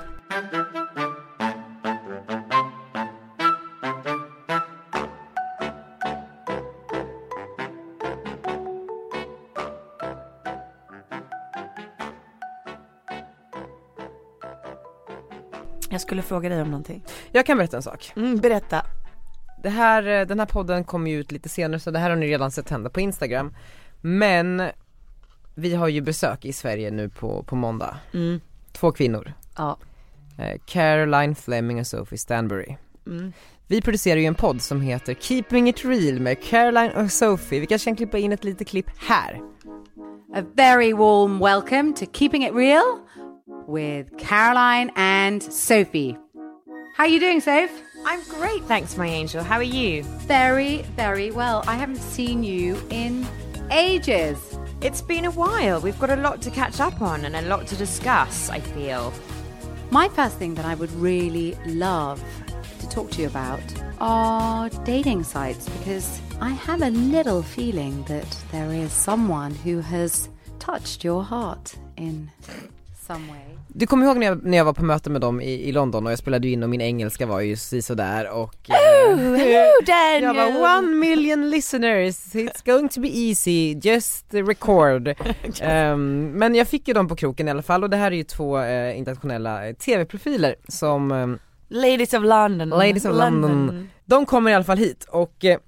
Jag skulle fråga dig om någonting. Jag kan berätta en sak. Mm, berätta. Det här, den här podden kommer ju ut lite senare, så det här har ni redan sett hända på Instagram. Men vi har ju besök i Sverige nu på, på måndag. Mm. Två kvinnor. Ja. Caroline Fleming och Sophie Stanbury. Mm. Vi producerar ju en podd som heter Keeping It Real med Caroline och Sophie. Vi kanske kan klippa in ett litet klipp här. A very warm welcome to Keeping It Real with Caroline and Sophie. How are you doing, Soph? I'm great, thanks, my angel. How are you? Very, very well. I haven't seen you in ages. It's been a while. We've got a lot to catch up on and a lot to discuss, I feel. My first thing that I would really love to talk to you about are dating sites, because I have a little feeling that there is someone who has touched your heart in some way. Du kommer ihåg när jag, när jag var på möte med dem i, i London och jag spelade ju in och min engelska var ju sådär och oh, hello Daniel. Jag var one million listeners, it's going to be easy, just record. just. Um, men jag fick ju dem på kroken i alla fall, och det här är ju två uh, internationella tv-profiler som um, Ladies of London. Ladies of London. London. De kommer i alla fall hit och uh,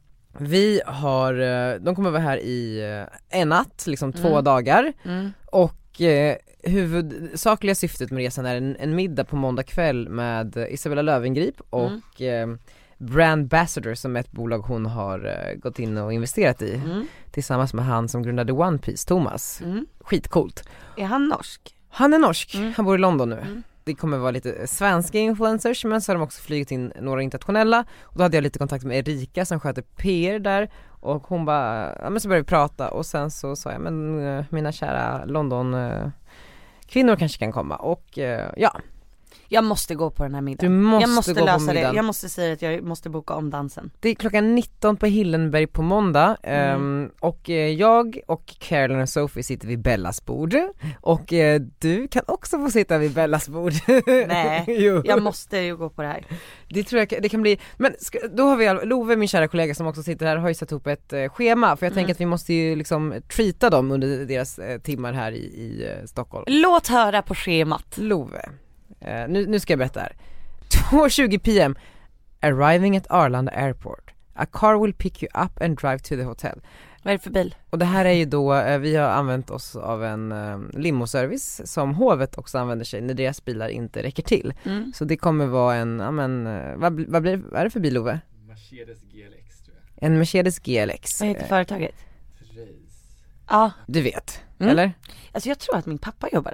vi har, uh, de kommer vara här i uh, en natt, liksom mm. två dagar mm. och uh, huvudsakliga syftet med resan är en, en middag på måndag kväll med Isabella Löwengrip och mm. eh, Brand Ambassador, som är ett bolag hon har eh, gått in och investerat i mm. tillsammans med han som grundade One Piece, Thomas. Mm. Skitcoolt. Är han norsk? Han är norsk, mm. han bor i London nu. Mm. Det kommer vara lite svenska influencers, men så har de också flygit in några internationella, och då hade jag lite kontakt med Erika som sköter P R där, och hon bara, ja men så började vi prata och sen så sa jag, men uh, mina kära London uh, kvinnor kanske kan komma och uh, ja. Jag måste gå på den här middagen. Du måste jag måste gå lösa på det. Jag måste säga att jag måste boka om dansen. Det är klockan nitton på Hillenberg på måndag mm. um, och uh, jag och Caroline och Sophie sitter vid Bellas bord och uh, du kan också få sitta vid Bellas bord. Nej, jag måste ju gå på det här. Det tror jag det kan bli. Men ska, då har vi Love, min kära kollega som också sitter här, har ju satt ihop ett uh, schema, för jag mm. tänker att vi måste ju liksom treata dem under deras uh, timmar här i, i uh, Stockholm. Låt höra på schemat. Love. Uh, nu, nu ska jag berätta här. två tjugo p m Arriving at Arlanda Airport. A car will pick you up and drive to the hotel. Vad är det för bil? Och det här är ju då, uh, vi har använt oss av en uh, limoservice som hovet också använder sig när deras bilar inte räcker till. Mm. Så det kommer vara en, ja men, uh, vad, vad, blir, vad är det för bil, Love? Mercedes G L X tror jag. En Mercedes G L X. Vad heter uh, företaget? Race. Ja. Du vet, mm. eller? Alltså jag tror att min pappa jobbar där.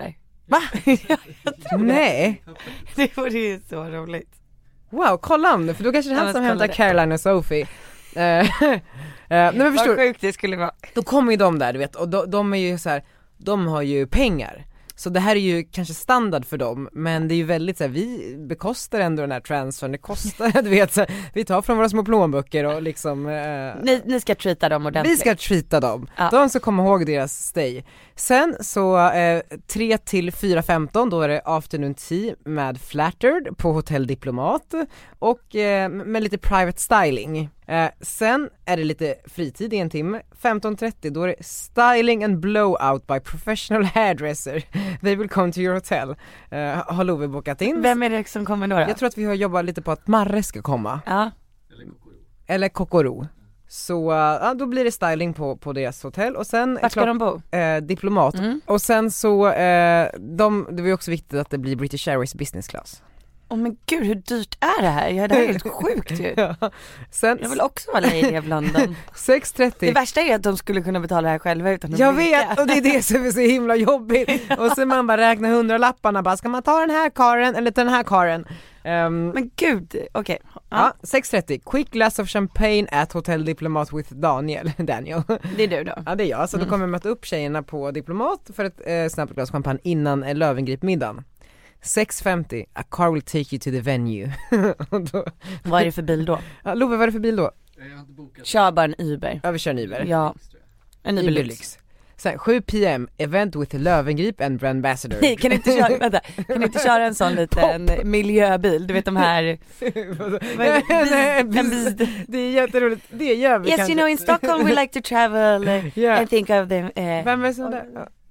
Va? Nej. Det vore ju så roligt. Wow, kolla om det, för då kanske det är han som hämtar det. Caroline och Sophie. Uh, uh, nej, men förstår, vad sjukt det skulle vara. Då kommer ju de där, du vet, och de, de är ju så här, de har ju pengar. Så det här är ju kanske standard för dem, men det är ju väldigt så här, vi bekostar ändå den här transfern, det kostar, du vet, så här, vi tar från våra små plånböcker och liksom eh, ni, ni ska treata dem ordentligt. Vi ska treata dem, ja. De ska komma ihåg deras stay. Sen så eh, tre till fyra femton, då är det afternoon tea med Flattered på Hotell Diplomat och eh, med lite private styling. Eh, sen är det lite fritid i en timme. femton trettio, då är det styling and blowout by professional hairdresser. They will come to your hotel. Eh, har Love bokat in? Vem är det som kommer då, då? Jag tror att vi har jobbat lite på att Marre ska komma. Ja. Eller Kokoro. Så ja, då blir det styling på, på deras hotell. Och sen vart ska de bo? Eh, diplomat. Mm. Och sen så eh, de, det var ju också viktigt att det blir British Airways business class. Åh oh, men gud, hur dyrt är det här? Ja, det här är helt sjukt ju. Ja. Sen, jag vill också vara lady of London. sex trettio. Det värsta är att de skulle kunna betala det här själva utan att jag blinka. vet, och det är det som är så himla jobbigt. Och så man bara räknar hundra lapparna, bara ska man ta den här karen eller den här karen? Um, men gud, okej. Okay. Ja, ja sex trettio. Quick glass of champagne at Hotel Diplomat with Daniel. Daniel. Det är du då? Ja, det är jag. Så mm. då kommer jag möta upp tjejerna på Diplomat för ett eh, snabbt glas champagne innan eh, Löwengrip-middagen. sex femtio, a car will take you to the venue. då, vad är det för bil då? Ja, Love, vad är det för bil då? Jag har inte bokat. Kör bara en Uber. Ja, vi kör en Uber. Ja, en Uber Lyx. Sen sju p m, event with Löwengrip and brand ambassador. Nej, kan du inte köra, vänta, kan du inte köra en sån liten Pop. miljöbil? Du vet de här det är jätteroligt, det gör vi. Yes, kanske. You know, in Stockholm we like to travel uh, yeah. and think of them uh, Vem är sån där?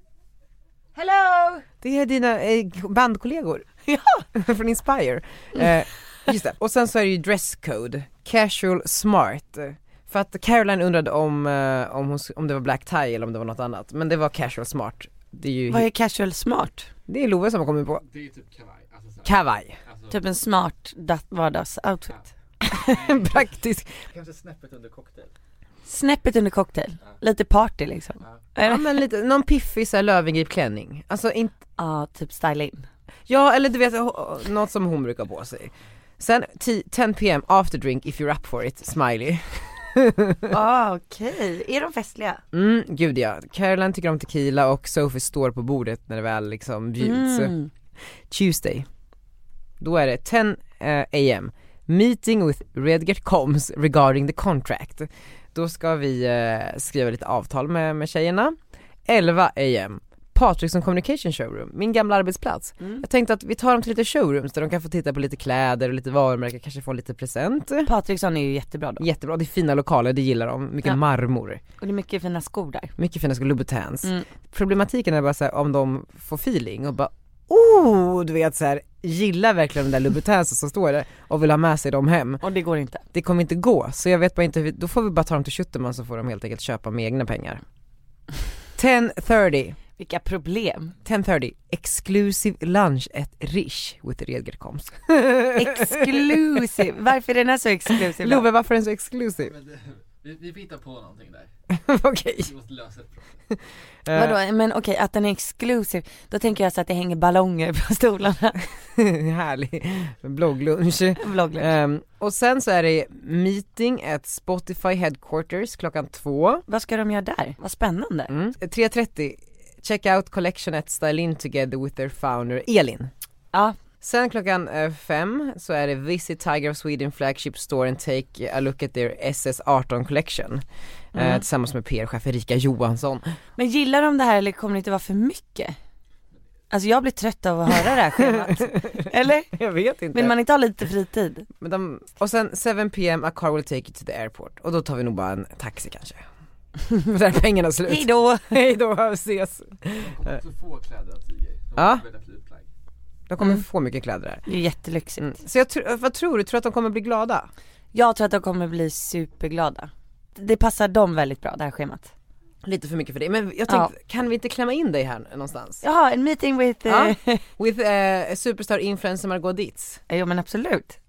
Hello! Det är dina eh, bandkollegor. Ja. Från Inspire. Eh, just det. Och sen så är det ju dresscode. Casual smart. För att Caroline undrade om, eh, om, hon, om det var black tie eller om det var något annat. Men det var casual smart. Det är ju vad är casual smart? Det är Love som har kommit på. Det är typ kavaj. Alltså så. Kavaj. Alltså. Typ en smart vardagsoutfit. Ja. Praktisk. Kanske snäppet under cocktail. Snäppet under cocktail. Ja. Lite party liksom. Ja, ja men lite, någon piffig så här Löwengrip-klänning. Alltså inte... Ja, ah, typ styling. Ja, eller du vet, något som hon brukar på sig. Sen tio p m after drink if you're up for it, smiley. Ah, okej. Okay. Är de festliga? Mm, gud ja. Caroline tycker om tequila och Sophie står på bordet när det väl liksom bjuds. Mm. Tuesday. Då är det tio a m meeting with Redgert Combs regarding the contract. Då ska vi eh, skriva lite avtal med, med tjejerna. elva a m Patrickson Communication Showroom, min gamla arbetsplats. Mm. Jag tänkte att vi tar dem till lite showrooms där de kan få titta på lite kläder och lite varumärken, kanske få lite present. Patrickson är ju jättebra då. Jättebra, det är fina lokaler, det gillar de. Mycket ja. marmor. Och det är mycket fina skor där. Mycket fina skor, Louboutins. Mm. Problematiken är bara så här, om de får feeling och bara, oh, du vet så här, gillar verkligen de där Louboutins som står där och vill ha med sig dem hem. Och det går inte. Det kommer inte gå, så jag vet bara inte, då får vi bara ta dem till Schutterman så får de helt enkelt köpa med egna pengar. tio trettio. Vilka problem. tio trettio. Exclusive lunch at Rish with Redgert Combs. Exclusive. Varför är den här så exclusive? Love, varför är den så exclusive? Men, vi, vi hittar på någonting där. Okej. Okay. Vi måste lösa ett problem. Vadå? Men okej, okay, att den är exclusive. Då tänker jag så att det hänger ballonger på stolarna. Härlig. Blogglunch. Blogglunch. Um, och sen så är det meeting at Spotify headquarters klockan två. Vad ska de göra där? Vad spännande. Mm. tre trettio. Check out collection at Style In together with their founder Elin. Ja. Sen klockan eh, fem så är det visit Tiger of Sweden flagship store and take a look at their S S arton collection. Mm. Eh, tillsammans med P R-chef Erika Johansson. Men gillar de det här eller kommer det inte vara för mycket? Alltså jag blir trött av att höra det här schemat. Eller? Jag vet inte. Vill man inte ha lite fritid? Men de, och sen sju p m a car will take you to the airport. Och då tar vi nog bara en taxi kanske. Där är pengarna slut. Hej då. Hej då, ses. De kommer också få kläder av Tiger. De ja. Kommer de kommer mm. få mycket kläder där. Det är jättelyxigt. Mm. Så jag tr- vad tror du? Tror du att de kommer bli glada? Jag tror att de kommer bli superglada. Det passar dem väldigt bra, det här schemat. Lite för mycket för dig. Men jag tänkte, ja. kan vi inte klämma in dig här någonstans? Jaha, en meeting with... Uh... Ja. With uh, superstar influencer Margot Dietz. Jo men absolut.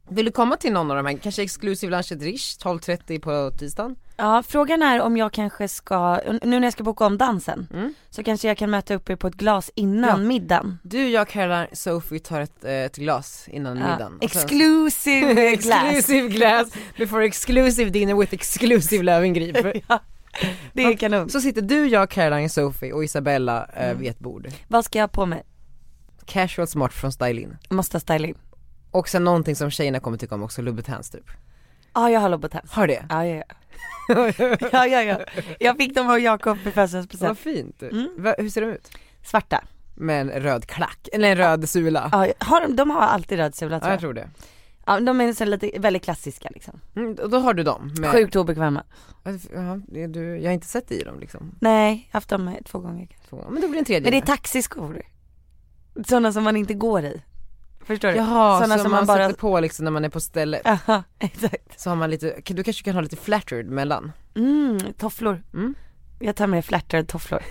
Vill du komma till någon av de här? Kanske exklusiv lunch ett Rish tolv trettio på tisdagen? Ja, frågan är om jag kanske ska, nu när jag ska boka om dansen, mm. så kanske jag kan möta upp er på ett glas innan ja. middagen. Du, jag, Caroline, Sophie tar ett, ett glas innan ja. middagen. Exclusive glass. Exclusive glass before exclusive dinner with exclusive Löwengrip. Ja, det är kanon. Så sitter du, jag, Caroline, Sophie och Isabella mm. vid ett bord. Vad ska jag ha på mig? Casual smart från Stylin. Måste Stylin. Och sen någonting som tjejerna kommer tycka om också, Louboutins typ. Ja, jag har Louboutins. Har det? Ja, ja, ja. ja, ja, ja. Jag fick dem av Jakob i födelsedagspresent. Vad fint. Mm. Va, hur ser de ut? Svarta. Med en röd klack, eller en röd sula. Ja, har de, de har alltid röd sula, tror jag. Ja, jag tror det. Ja, de är så lite, väldigt klassiska liksom. Mm, och då har du dem. Med... Sjukt obekväma. Ja, det är du, jag har inte sett i dem liksom. Nej, haft dem två gånger. Två. Men då blir det en tredje. Men det är taxiskor. Sådana som man inte går i. Förstår du? Jaha, sådana som, som man, man bara... sätter på liksom när man är på stället. Aha, exakt. Så har man lite, du kanske kan ha lite flattered mellan. Mm, tofflor. Mm. Jag tar med flattered tofflor.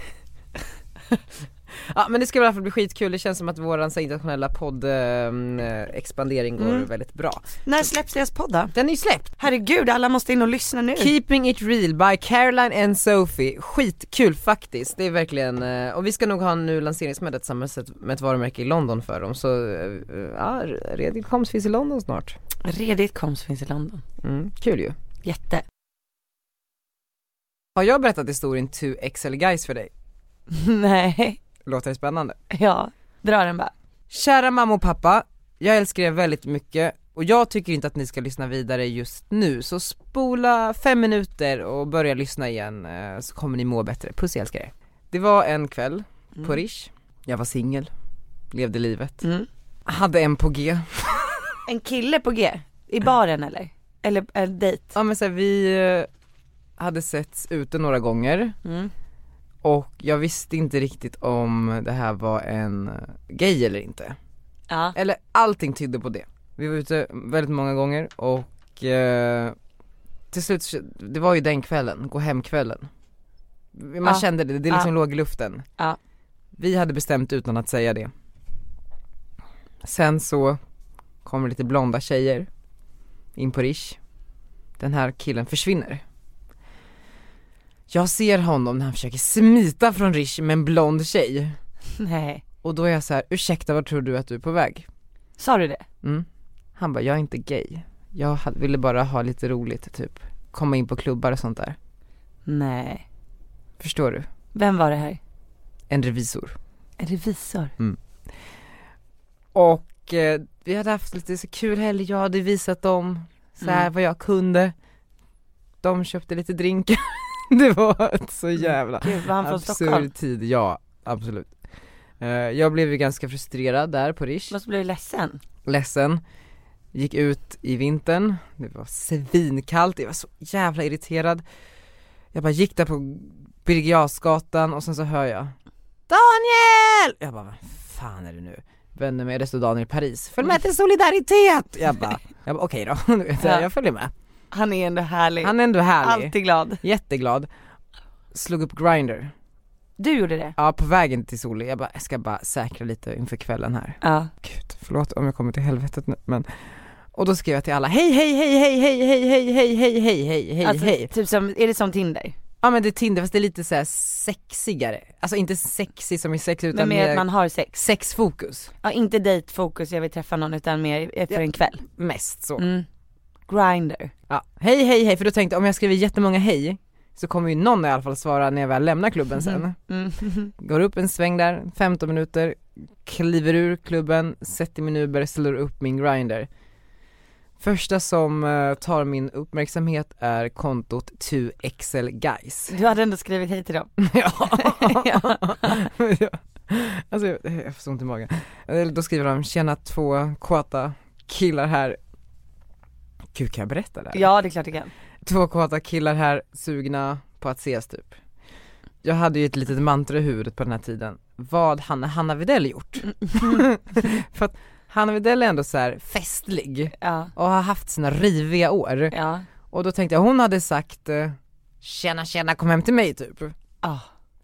Ja, men det ska i alla fall bli skitkul. Det känns som att våran så internationella podd eh, expandering går mm. väldigt bra. När släpps deras podd då? Den är ju släppt. Herregud, alla måste in och lyssna nu. Keeping it real by Caroline and Sophie. Skitkul faktiskt. Det är verkligen, eh, och vi ska nog ha en nu lanseringsmöte tillsammans med ett varumärke i London för dem. Så eh, ja, Redigt Koms finns i London snart. Redigt Koms finns i London. Mm, kul ju. Jätte. Har jag berättat historien to X L Guys för dig? Nej. Låter det spännande? Ja, dra den bara. Kära mamma och pappa, jag älskar er väldigt mycket och jag tycker inte att ni ska lyssna vidare just nu. Så spola fem minuter och börja lyssna igen, så kommer ni må bättre. Puss, jag älskar er. Det var en kväll mm. på Rish. Jag var singel, levde livet. Mm. Hade en på G. En kille på G? I baren eller? Eller en dejt? Ja, men så här, vi hade setts ute några gånger. Mm. Och jag visste inte riktigt om det här var en gay eller inte. Ja. Eller allting tydde på det. Vi var ute väldigt många gånger och eh, till slut, det var ju den kvällen, gå hem kvällen. Man ja. kände det, det liksom ja. låg i luften. Ja. Vi hade bestämt utan att säga det. Sen så kommer lite blonda tjejer in på Rish. Den här killen försvinner. Jag ser honom när han försöker smita från Rish med en blond tjej. Nej. Och då är jag så här, ursäkta, vad tror du att du är på väg? Sa du det? Mm. Han bara, jag är inte gay. Jag ville bara ha lite roligt, typ. Komma in på klubbar och sånt där. Nej. Förstår du? Vem var det här? En revisor. En revisor? Mm. Och eh, vi hade haft lite så kul helg. Jag hade visat dem så här mm. vad jag kunde. De köpte lite drinkar. Det var ett så jävla Gud, var han från absurd Stockholm? tid. Ja, absolut. uh, Jag blev ju ganska frustrerad där på Rish. Vad blev du ledsen? Ledsen. Gick ut i vintern. Det var svinkallt. Jag var så jävla irriterad. Jag bara gick där på Birger Jarlsgatan och sen så hör jag Daniel! Jag bara, vad fan är det nu? Vänner med, det stod Daniel i Paris. Följ med till Solidaritet! Jag bara, jag bara okej okay då. Ja. Jag följer med. Han är ändå härlig. Han är ändå härlig. Alltid glad. Jätteglad. Slog upp Grindr. Du gjorde det? Ja, på vägen till Soli. Jag bara, jag ska bara säkra lite inför kvällen här. Ja. Gud, förlåt om jag kommer till helvetet nu, men... Och då skrev jag till alla, hej, hej, hej, hej, hej, hej, hej, hej, hej, hej, hej, hej, alltså, hej. Typ som, är det som Tinder? Ja, men det är Tinder, fast det är lite så här sexigare. Alltså inte sexy som i sex, utan men mer att man har sex. Sexfokus. Ja, inte dejtfokus, jag vill träffa någon, utan mer för ja, en kväll. Mest så. Mm. Grindr. Ja, hej, hej, hej, för då tänkte jag, om jag skriver jättemånga hej så kommer ju någon i alla fall svara när jag väl lämnar klubben sen. Mm. Mm. Går upp en sväng där, femton minuter, kliver ur klubben, sätter min Uber, slår upp min Grindr. Första som uh, tar min uppmärksamhet är kontot to X L Guys. Du hade ändå skrivit hej till dem. Ja. Ja. Alltså jag, jag får så ont i magen. Då skriver de, tjena två kåta killar här. Gud, kan jag berätta det här? Ja, det är klart jag kan. Två kåta killar här, sugna på att ses typ. Jag hade ju ett litet mantra i huvudet på den här tiden. Vad hade Hanna Widell gjort? För att Hanna Widell är ändå så här festlig. Ja. Och har haft sina riviga år. Ja. Och då tänkte jag, hon hade sagt tjena, tjena, kom hem till mig typ. Ja.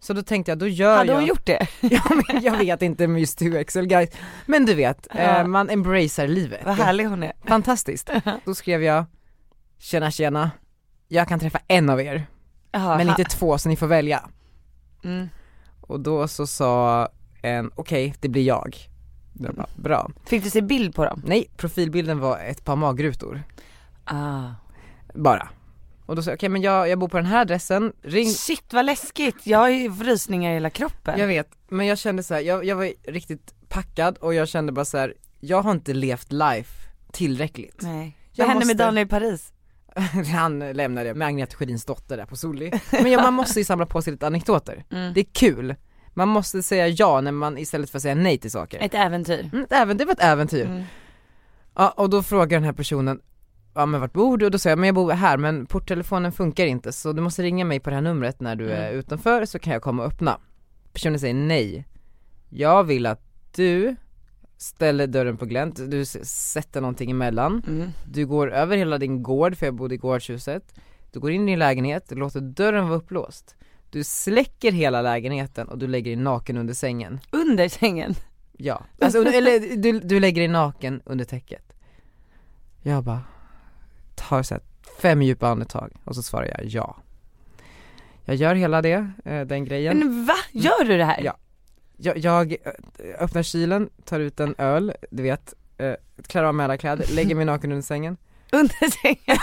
Så då tänkte jag, då gör Hade jag... hon gjort det? Ja, men jag vet inte med just two X L guys. Men du vet, Ja. eh, man embracear livet. Vad härlig hon är. Fantastiskt. Då skrev jag, tjena tjena, jag kan träffa en av er. Aha, men ha- inte två, så ni får välja. Mm. Och då så sa en, okej, okay, det blir jag. Det var bra. Fick du se bild på dem? Nej, profilbilden var ett par magrutor. Ah. Bara. Och då sa jag, okej okay, men jag, jag bor på den här adressen. Ring. Shit vad läskigt, jag har ju rysningar i hela kroppen. Jag vet, men jag kände så här, jag, jag var riktigt packad och jag kände bara så här, jag har inte levt life tillräckligt. Nej. Jag Vad hände måste... med Daniel i Paris? Han lämnade med Agneta Sjödins dotter där på Solli. Men ja, man måste ju samla på sig lite anekdoter. Mm. Det är kul. Man måste säga ja när man istället för att säga nej till saker. Ett äventyr. Mm, ett äventyr, det var ett äventyr. Mm. Ja, och då frågar den här personen, ja men vart bor du? Och då säger jag, men jag bor här, men porttelefonen funkar inte, så du måste ringa mig på det här numret när du Mm. är utanför, så kan jag komma och öppna. Personen säger nej. Jag vill att du ställer dörren på glänt, du s- sätter någonting emellan. Mm. Du går över hela din gård, för jag bodde i gårdshuset. Du går in i din lägenhet, du låter dörren vara upplåst. Du släcker hela lägenheten och du lägger dig naken under sängen. Under sängen? Ja, alltså, eller du, du lägger dig naken under täcket. Jag bara tar så här fem djupa andetag och så svarar jag ja. Jag gör hela det, eh, den grejen. Men va? Gör du det här? Ja. Jag, jag öppnar kylen, tar ut en öl, du vet, eh, klär av mig alla kläder, lägger mig naken under sängen. Under sängen?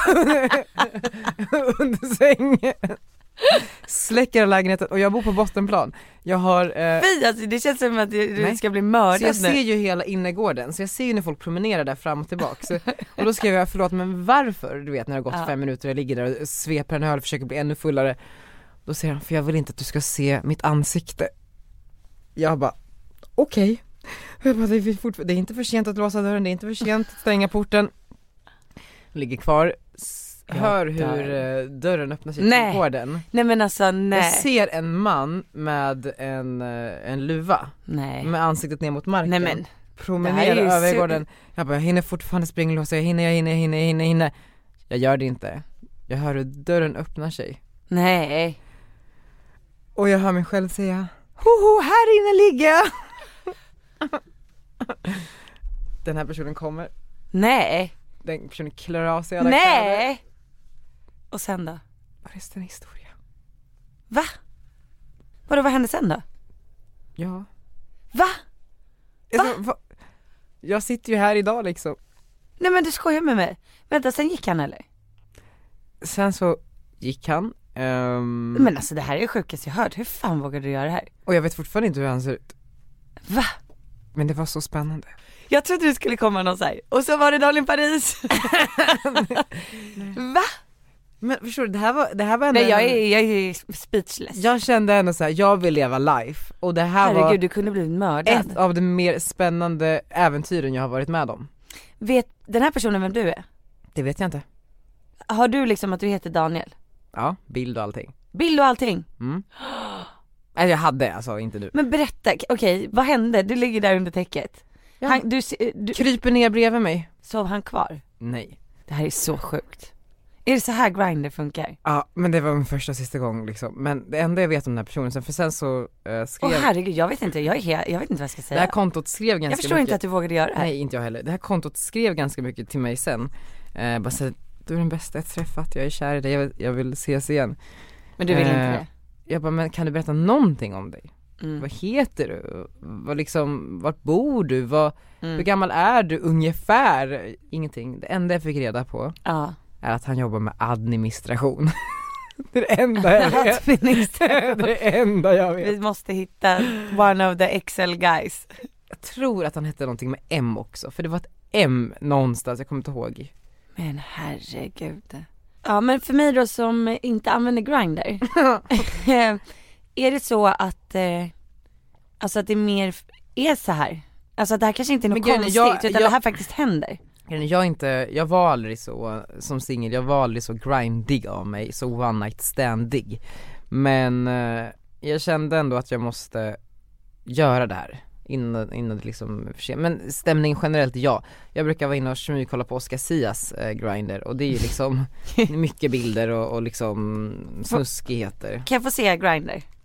Under sängen. Släcker lägenheten och jag bor på bottenplan. Jag har eh... Fy, alltså, det känns som att du Nej. ska bli mördad. Så jag ser nu. ju hela innergården, så jag ser ju när folk promenerar där fram och tillbaka. Så, och då skrev jag, förlåt men varför? Du vet när det har gått Ja. fem minuter och jag ligger där och sveper en öl och försöker bli ännu fullare. Då säger han, för jag vill inte att du ska se mitt ansikte. Jag bara, okej. Okay. Det, är fortfar- det är inte för sent att låsa dörren, det är inte för sent att stänga porten. Ligger kvar, s- hör hur eh, dörren öppnar sig Nej. till gården. Nej men alltså nej. Jag ser en man med en, eh, en luva. Nej. Med ansiktet ner mot marken. Nej men. Promenerar Det här är ju över su- gården. Jag bara, jag hinner fortfarande springlåsa, jag hinner, jag hinner, jag hinner, jag hinner, jag hinner. Jag gör det inte. Jag hör hur dörren öppnar sig. Nej. Och jag hör mig själv säga, hoho, här inne ligger jag. Den här personen kommer. Nej. Den personen klär av sig alla kläder. Nej. Och sen då? Resten är historia. Va? Vadå, vad hände sen då? Ja. Va? Alltså, va? Jag sitter ju här idag liksom. Nej men du skojar med mig. Vänta, sen gick han eller? Sen så gick han. ehm, Men alltså det här är det sjukaste jag hört. Hur fan vågar du göra det här? Och jag vet fortfarande inte hur han ser ut. Va? Men det var så spännande. Jag trodde du skulle komma någon så här. Och så var det Daniel Paris. Va? Men förstår du, det här var, det här var ändå Nej jag en- är, jag är speechless. Jag kände ändå så här, jag vill leva life. Och det här Herregud, var du kunde bli mördad. ett av de mer spännande äventyren jag har varit med om. Vet den här personen vem du är? Det vet jag inte. Har du liksom att du heter Daniel? Ja, bild och allting. Bild och allting? Mm. Nej, jag hade alltså, inte du. Men berätta, okej, vad hände? Du ligger där under täcket. Ja. Han, du, se- du, Kryper ner bredvid mig. sov han kvar? Nej. Det här är så sjukt. Är det så här Grindr funkar? Ja, men det var min första och sista gång liksom. Men det enda jag vet om den här personen, sen för sen så uh, skrev... Åh herregud, jag vet inte, jag, är helt, jag vet inte vad jag ska det säga. här kontot skrev ganska Jag förstår mycket. inte att du vågade göra det här. Nej, inte jag heller. Det här kontot skrev ganska mycket till mig sen. Uh, bara så, du är den bästa jag träffat, jag är kär i dig, jag vill, jag vill ses igen. Men du vill Eh, inte det? Jag bara, men kan du berätta någonting om dig? Mm. Vad heter du? Vad liksom, vart bor du? Vad, Mm. Hur gammal är du ungefär? Ingenting. Det enda jag fick reda på Ja. är att han jobbar med administration. Det är det enda jag vet. Administration. Det är det enda jag vet. Vi måste hitta one of the Excel guys. Jag tror att han hette någonting med M också, för det var ett M någonstans, jag kommer inte ihåg. Men herregud. Ja, men för mig då som inte använder Grindr. Är det så att eh, alltså att det mer är så här? Alltså att det här kanske inte är något Men grejen är, konstigt jag- utan jag- det här faktiskt händer. Jag är inte, jag var aldrig så, som singel, jag var aldrig så grindig av mig, så one night standig. Men eh, jag kände ändå att jag måste göra det här innan, innan det liksom är för sent. Men stämning generellt, ja. Jag brukar vara inne och smygkolla på Oscar Sias eh, Grindr, och det är ju liksom mycket bilder och, och liksom snuskigheter. Kan jag få se Grindr?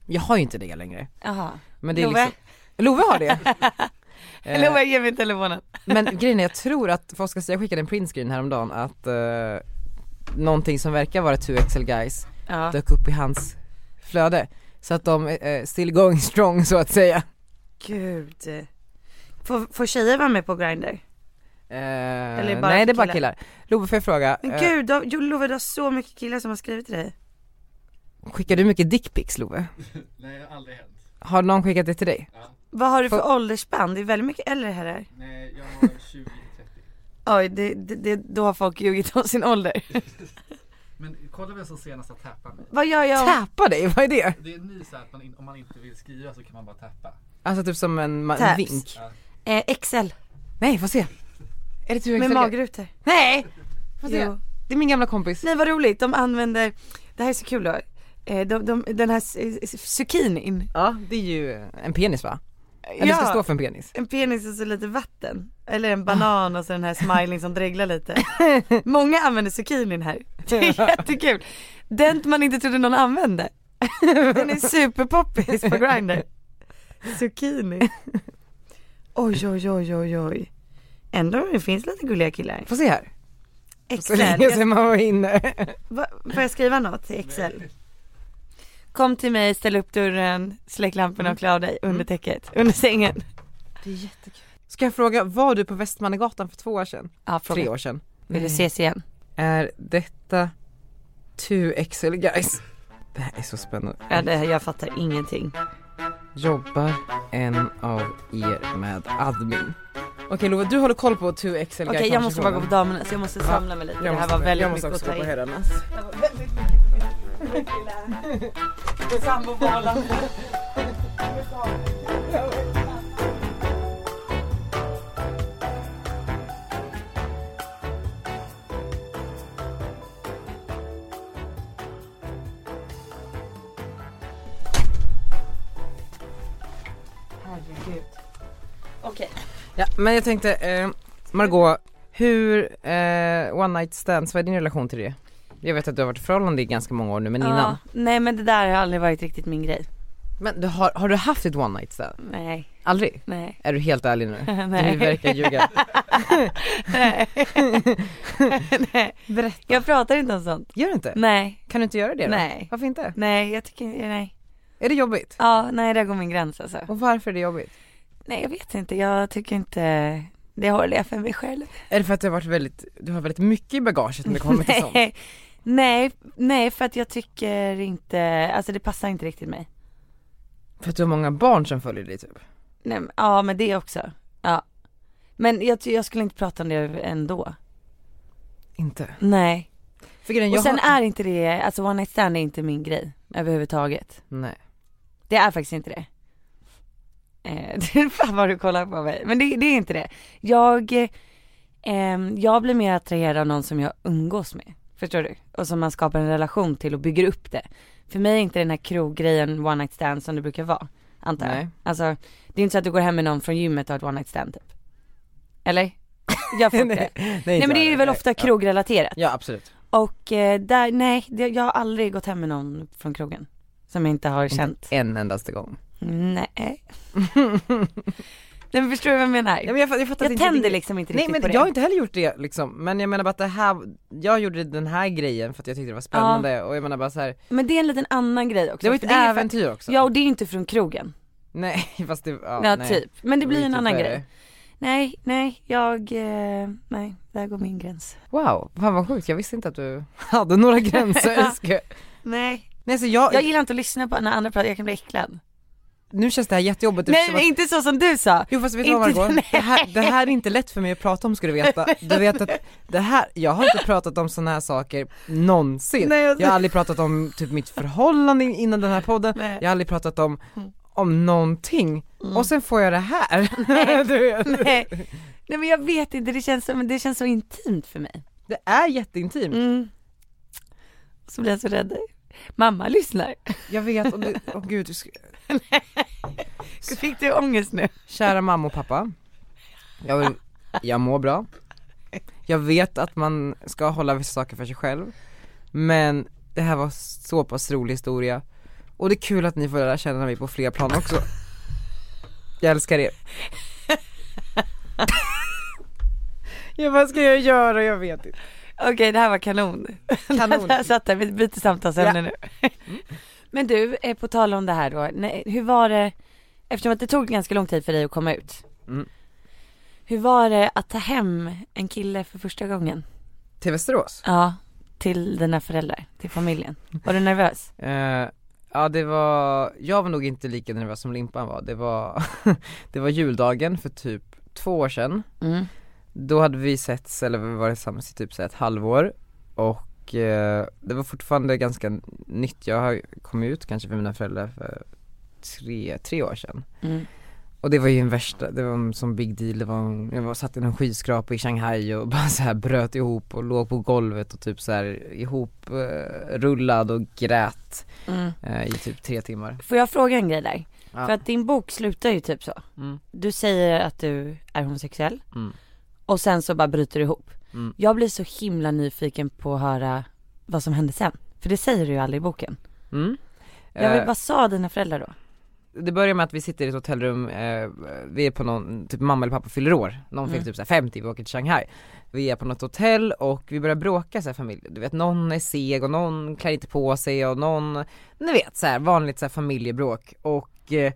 Jag har ju inte det längre. Jaha. Men det är Love? liksom... Love har det. eh, Love, ge mig telefonen. Men grejen är, jag tror att, för ska säga, jag skickade en printscreen häromdagen att uh, någonting som verkar vara two X L guys ja. dök upp i hans flöde. Så att de är uh, still going strong, så att säga. Gud. Får, får tjejer vara med på Grindr? Uh, Eller bara nej, det är bara killar. Love, får jag fråga? Men gud, då, jo, Love, det är så mycket killar som har skrivit till dig. Skickar du mycket dickpics, Love? Nej, det har aldrig hänt. Har någon skickat det till dig? Ja. Vad har du för Får... åldersspann? Det är väldigt mycket äldre här där. Nej, jag har tjugo till trettio. Oj, det, det, det, då har folk ljugit om sin ålder. Men kolla vem som senast har tappat mig. Vad gör jag? Tappa dig? Vad är det? Det är en ny så att man in, om man inte vill skriva så kan man bara tappa. Alltså typ som en, en vink. Ja. Eh, X L. Nej, får se. Är det two X L? Med magrutor. Nej! Får se. Jo. Det är min gamla kompis. Nej, vad roligt. De använder, det här är så kul då. De, de, den här zucchinin. Ja, det är ju en penis, va? Eller ja, ska stå för en penis. En penis och så lite vatten. Eller en banan och så den här smiling som dreglar lite. Många använder zucchinin här. Det är jättekul. Den man inte trodde någon använde. Den är superpoppis på Grindr. Zucchini. Oj, oj, oj, oj, oj. Ändå det finns lite gulliga killar. Får se här. X Så L. länge sedan man var inne. Va, får jag skriva något till X L? Kom till mig, ställ upp dörren, släck lamporna och klä av dig under täcket, under sängen. Det är jättekul. Ska jag fråga, var du på Västmannegatan för två år sedan? Ja, fråga. Tre år sedan. Vill du ses igen? Är detta two X L guys? Det här är så spännande. Ja, det här, jag fattar ingenting. Jobbar en av er med admin? Okej, Lova, du håller koll på two X L guys. Okej, jag måste bara gå på damerna, så jag måste samla mig lite. Det här var väldigt mycket att ta in. Jag måste också gå på herrarnas. Det var väldigt mycket. Samboförhållande. Herregud. Okej. Ja, men jag tänkte, eh, Margot, hur, eh, one night stands, vad är din relation till det? Jag vet att du har varit i förhållande i ganska många år nu, men ja, innan. Nej, men det där har aldrig varit riktigt min grej. Men du har, har du haft ett one night stand? Nej. Aldrig? Nej. Är du helt ärlig nu? Nej. Du verkar ljuga. Nej. Nej. Berätta. Jag pratar inte om sånt. Gör du inte? Nej. Kan du inte göra det då? Nej. Varför inte? Nej, jag tycker, nej. Är det jobbigt? Ja, nej, där går min gräns alltså. Och varför är det jobbigt? Nej, jag vet inte, jag tycker inte, det håller jag för mig själv. Är det för att du har varit väldigt, du har väldigt mycket i bagaget när det kommer till sånt? Nej, nej, för att jag tycker inte, alltså det passar inte riktigt mig. För att du har många barn som följer dig typ? Nej, ja, men det också, ja. Men jag, jag skulle inte prata om det ändå. Inte? Nej. För grejen, jag och sen har... är inte det, alltså one night stand är inte min grej överhuvudtaget. Nej. Det är faktiskt inte det. Eh, fan vad du kollar på mig. Men det, det är inte det. Jag, eh, jag blir mer attraherad av någon som jag umgås med. Förstår du? Och som man skapar en relation till och bygger upp det. För mig är inte den här kroggrejen one night stand som det brukar vara. Antar jag. Alltså, det är inte så att du går hem med någon från gymmet och har ett one night stand typ. Eller? Jag får nej, nej, nej, nej men det är ju väl nej, ofta krogrelaterat. Ja, absolut. Och eh, där, nej, det, jag har aldrig gått hem med någon från krogen som jag inte har känt. Inte en endaste gång. Nej. Men förstår du vad jag menar? Ja, men jag, jag, jag tänder det. liksom inte riktigt Nej, men på det. jag har inte heller gjort det liksom. Men jag menar bara att det här, jag gjorde den här grejen för att jag tyckte det var spännande. Ja. Och jag menar bara så här. Men det är en liten annan grej också. Det var ett äventyr för, också. Ja, och det är inte från krogen. Nej, fast det, ja, ja nej. typ. Men det, det blir en annan det. grej. Nej, nej, jag, eh, nej, där går min gräns. Wow, fan vad sjukt, jag visste inte att du hade några gränser. Ska... Nej, nej så jag... jag gillar inte att lyssna på när andra pratar, jag kan bli äcklad. Nu känns det här jättejobbigt. Nej, men inte så som du sa. Jo, fast vet du vad, Margot? Det här, det här är inte lätt för mig att prata om, ska du veta. Du vet att det här, jag har inte pratat om såna här saker någonsin. Nej, jag... jag har aldrig pratat om typ mitt förhållande innan den här podden. Nej. Jag har aldrig pratat om om någonting. Mm. Och sen får jag det här. Nej. Du vet. Nej. Nej, men jag vet inte, det känns, så, det känns så intimt för mig. Det är jätteintimt. Mm. Så blir jag så rädd. Mamma lyssnar. Jag vet, och du, åh gud, du ska... Fick du ångest nu? Kära mamma och pappa, jag, vill, jag mår bra. Jag vet att man ska hålla vissa saker för sig själv. Men det här var så pass rolig historia. Och det är kul att ni får lära känna mig på fler plan också. Jag älskar er. Ja, vad ska jag göra? Jag vet inte. Okej, okay, det här var kanon. Kanon. Jag satt där, vi byter samtalsämne ja. nu. Mm. Men du, är på tal om det här då. Nej, hur var det, eftersom att det tog ganska lång tid för dig att komma ut. Mm. Hur var det att ta hem en kille för första gången? Till Västerås? Ja, till dina föräldrar, till familjen. Var du nervös? Uh, ja, det var, jag var nog inte lika nervös som Limpan var. Det var, det var juldagen för typ två år sedan. Mm. Då hade vi setts, eller vi var tillsammans i typ så ett halvår. Och eh, det var fortfarande ganska nytt. Jag har kommit ut kanske för mina föräldrar för tre, tre år sedan. Mm. Och det var ju en värsta, det var en sån big deal. Det var en, jag var satt i en skyskrapa i Shanghai och bara så här bröt ihop och låg på golvet och typ så här ihop eh, rullad och grät mm. eh, i typ tre timmar. Får jag fråga en grej där? Ja. För att din bok slutar ju typ så. Mm. Du säger att du är homosexuell. Mm. Och sen så bara bryter du ihop. Mm. Jag blir så himla nyfiken på att höra vad som hände sen. För det säger du ju aldrig i boken. Mm. Jag vill, vad sa dina föräldrar då? Det börjar med att vi sitter i ett hotellrum. eh, Vi är på någon, typ mamma eller pappa fyller år. Någon mm. fyller typ så här femtio, vi åker till Shanghai. Vi är på något hotell och vi börjar bråka så här familj. Du vet, någon är seg och någon klär inte på sig. Och någon, ni vet så här, vanligt så här familjebråk. Och eh,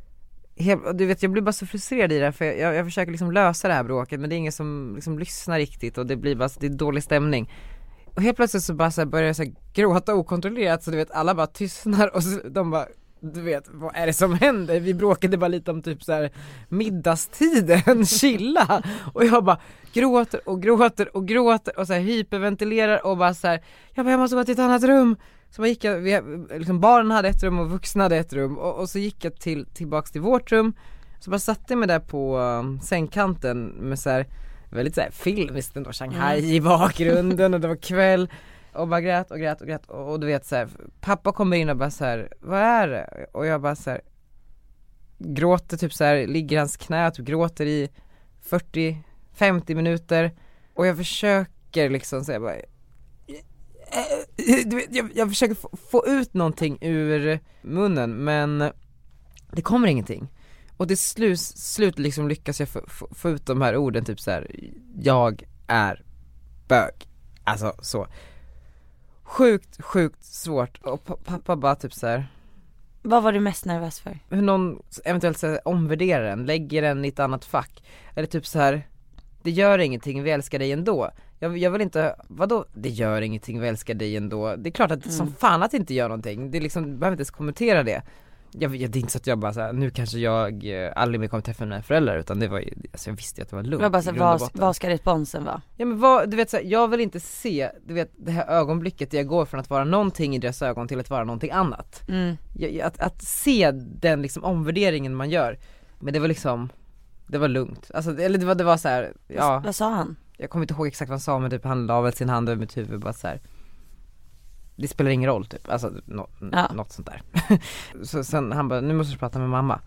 du vet, jag blir bara så frustrerad i det. För jag, jag försöker liksom lösa det här bråket. Men det är ingen som liksom lyssnar riktigt. Och det blir bara, det är dålig stämning. Och helt plötsligt så bara så här börjar jag så här gråta okontrollerat. Så du vet, alla bara tystnar. Och så, de bara, du vet, vad är det som händer? Vi bråkade bara lite om typ så här middagstiden, chilla. Och jag bara gråter och gråter och gråter. Och så här hyperventilerar och bara så här, jag bara, jag måste gå till ett annat rum. Så man gick jag, vi, liksom barnen hade ett rum och vuxna hade ett rum. Och, och så gick jag till, tillbaks till vårt rum. Så bara satte jag mig där på um, sängkanten med så här, väldigt så här filmiskt ändå, Shanghai mm. i bakgrunden. Och det var kväll. Och bara grät och grät och grät. Och, och du vet så här, pappa kommer in och bara så här, vad är det? Och jag bara så här, gråter typ så här, ligger i hans knä och typ gråter i fyrtio femtio minuter. Och jag försöker liksom så här, bara, du vet, jag, jag försöker få, få ut någonting ur munnen, men det kommer ingenting. Och det slut, slut liksom lyckas jag få, få, få ut de här orden typ så här, jag är bög. Alltså så sjukt, sjukt svårt. Och p- pappa bara typ så här, vad var du mest nervös för? Hur någon eventuellt så här, omvärderar den, lägger den i ett annat fack. Eller typ så här, det gör ingenting, vi älskar dig ändå. Jag, jag vill inte, vadå, det gör ingenting, vi älskar dig ändå. Det är klart att mm. som fan att det inte gör någonting. Det är liksom, behöver inte ens kommentera det. Jag, jag, det är inte så att jag bara så här, nu kanske jag aldrig mer kommer träffa mina föräldrar, utan det var ju, alltså jag visste att det var lugnt. Jag bara så, vad, vad ska responsen vara? Ja, men vad, du vet så här, jag vill inte se, du vet, det här ögonblicket där jag går från att vara någonting i deras ögon till att vara någonting annat. Mm. Jag, att, att se den liksom omvärderingen man gör. Men det var liksom, det var lugnt. Alltså, eller det var, det var så här, ja. Vad, vad sa han? Jag kommer inte ihåg exakt vad han sa, men typ han la väl sin hand över mitt huvud bara så här. Det spelar ingen roll typ, alltså no, ja. något sånt där. Så sen han bara, nu måste du prata med mamma.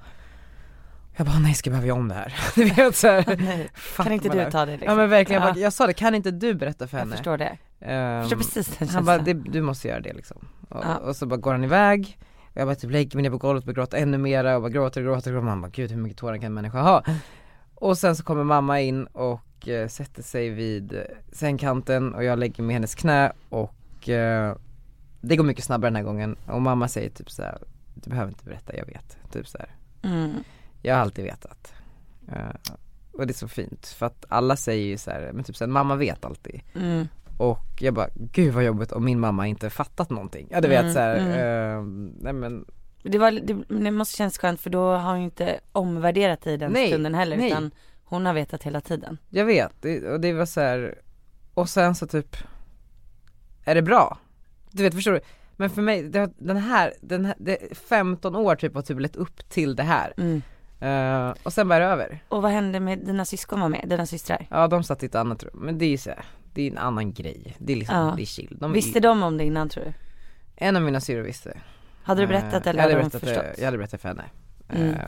Jag bara, nej, ska jag behöva göra om det här? Du vet så här, nej, kan inte du ta det liksom? Ja men verkligen, ja. jag, bara, jag sa det, kan inte du berätta för henne? Jag förstår det. Um, jag förstår precis den han bara, det, du måste göra det liksom. Och, ja. och så bara går han iväg. Och jag bara typ lägger mig ner på golvet och gråter ännu mera. Och bara gråter och gråter och man bara, gud hur mycket tårar kan en människa ha? Och sen så kommer mamma in och uh, sätter sig vid sängkanten. Och jag lägger mig i hennes knä. Och uh, det går mycket snabbare den här gången. Och mamma säger typ så här, du behöver inte berätta, jag vet. Typ så här. Mm. Jag har alltid vetat. Uh, och det är så fint. För att alla säger ju så här, men typ så här, mamma vet alltid. Mm. Och jag bara, gud vad jobbigt om min mamma inte fattat någonting. Ja, du vet mm. så här, mm. uh, nej men det, var, det, det måste kännas skönt, för då har hon inte omvärderat i den nej, stunden heller. Nej. Utan hon har vetat hela tiden. Jag vet, det, och det var så här. Och sen så typ, är det bra? Du vet, förstår du? Men för mig, det, den här, den här det, femton år typ har typ lett upp till det här. Mm. Uh, och sen bara är det över. Och vad hände med dina syskon var med, dina systrar? Ja, de satt i ett annat rum. Men det är så här, det är en annan grej. Det är liksom, ja. Det är chill. De visste är, de om det innan, tror du? En av mina syrror visste. Hade du berättat eller uh, hade de berättat förstått? För, jag hade berättat för henne. Mm. Uh,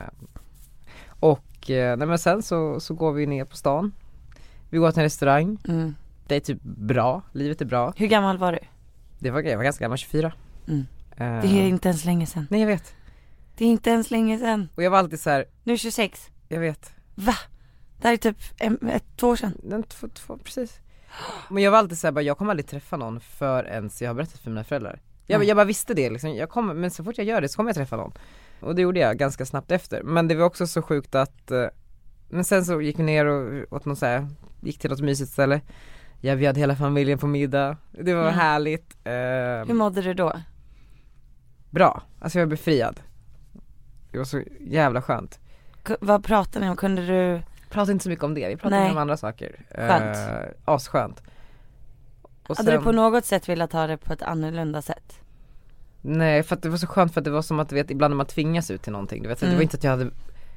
och uh, nej, men sen så, så går vi ner på stan. Vi går till en restaurang. Mm. Det är typ bra, livet är bra. Hur gammal var du? Det var, jag var ganska gammal, tjugofyra. Mm. Det är inte ens länge sedan. Nej, jag vet. Det är inte ens länge sedan. Och jag var alltid så här. Nu är tjugosex. Jag vet. Va? Det här är typ en, ett, två år sedan. Den två, två, precis. Men jag var alltid så här, bara, jag kommer aldrig träffa någon förrän jag har berättat för mina föräldrar. Jag, Nej. jag bara visste det liksom. Jag kommer, men så fort jag gör det så kommer jag träffa någon. Och det gjorde jag ganska snabbt efter. Men det var också så sjukt att eh, men sen så gick vi ner och åt någon så här, gick till något mysigt ställe. Jag bjöd hela familjen på middag. Det var Mm. härligt. Eh, Hur mådde du då? Bra. Alltså jag var befriad. Det var så jävla skönt. K- vad pratade ni om? Kunde du... Pratade inte så mycket om det. Vi pratade Nej. om andra saker. Skönt. Eh, asskönt. Och Hade sen- du på något sätt velat ta det på ett annorlunda sätt? Nej, för att det var så skönt, för att det var som att du vet, ibland när man tvingas ut till någonting, du vet, så Mm. det var inte att jag hade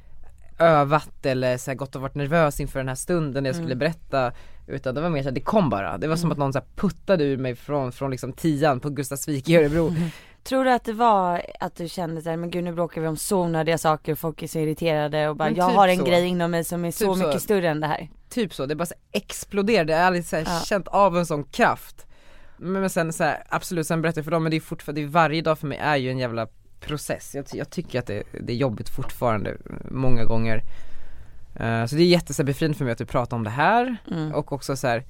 övat eller så här, gått och varit nervös inför den här stunden när jag skulle Mm. berätta, utan det var mer så här, det kom bara. Det var som Mm. att någon så här, puttade ur mig från, från liksom tian på Gustavsvik i Örebro. Mm. Tror du att det var att du kände så här, men gud nu bråkar vi om så onödiga saker och folk är så irriterade och bara, Men jag typ har en så. grej inom mig som är så Typ så. mycket större än det här. Typ så, det bara så här, exploderade. Jag har aldrig så här, Ja. känt av en sån kraft. Men, men sen så här, absolut, sen berättade jag för dem, men det är fortfarande, det är varje dag för mig är ju en jävla process. Jag, jag tycker att det, det är jobbigt fortfarande många gånger. Uh, så det är jättebefriande för mig att du pratar om det här. Mm. Och också så här,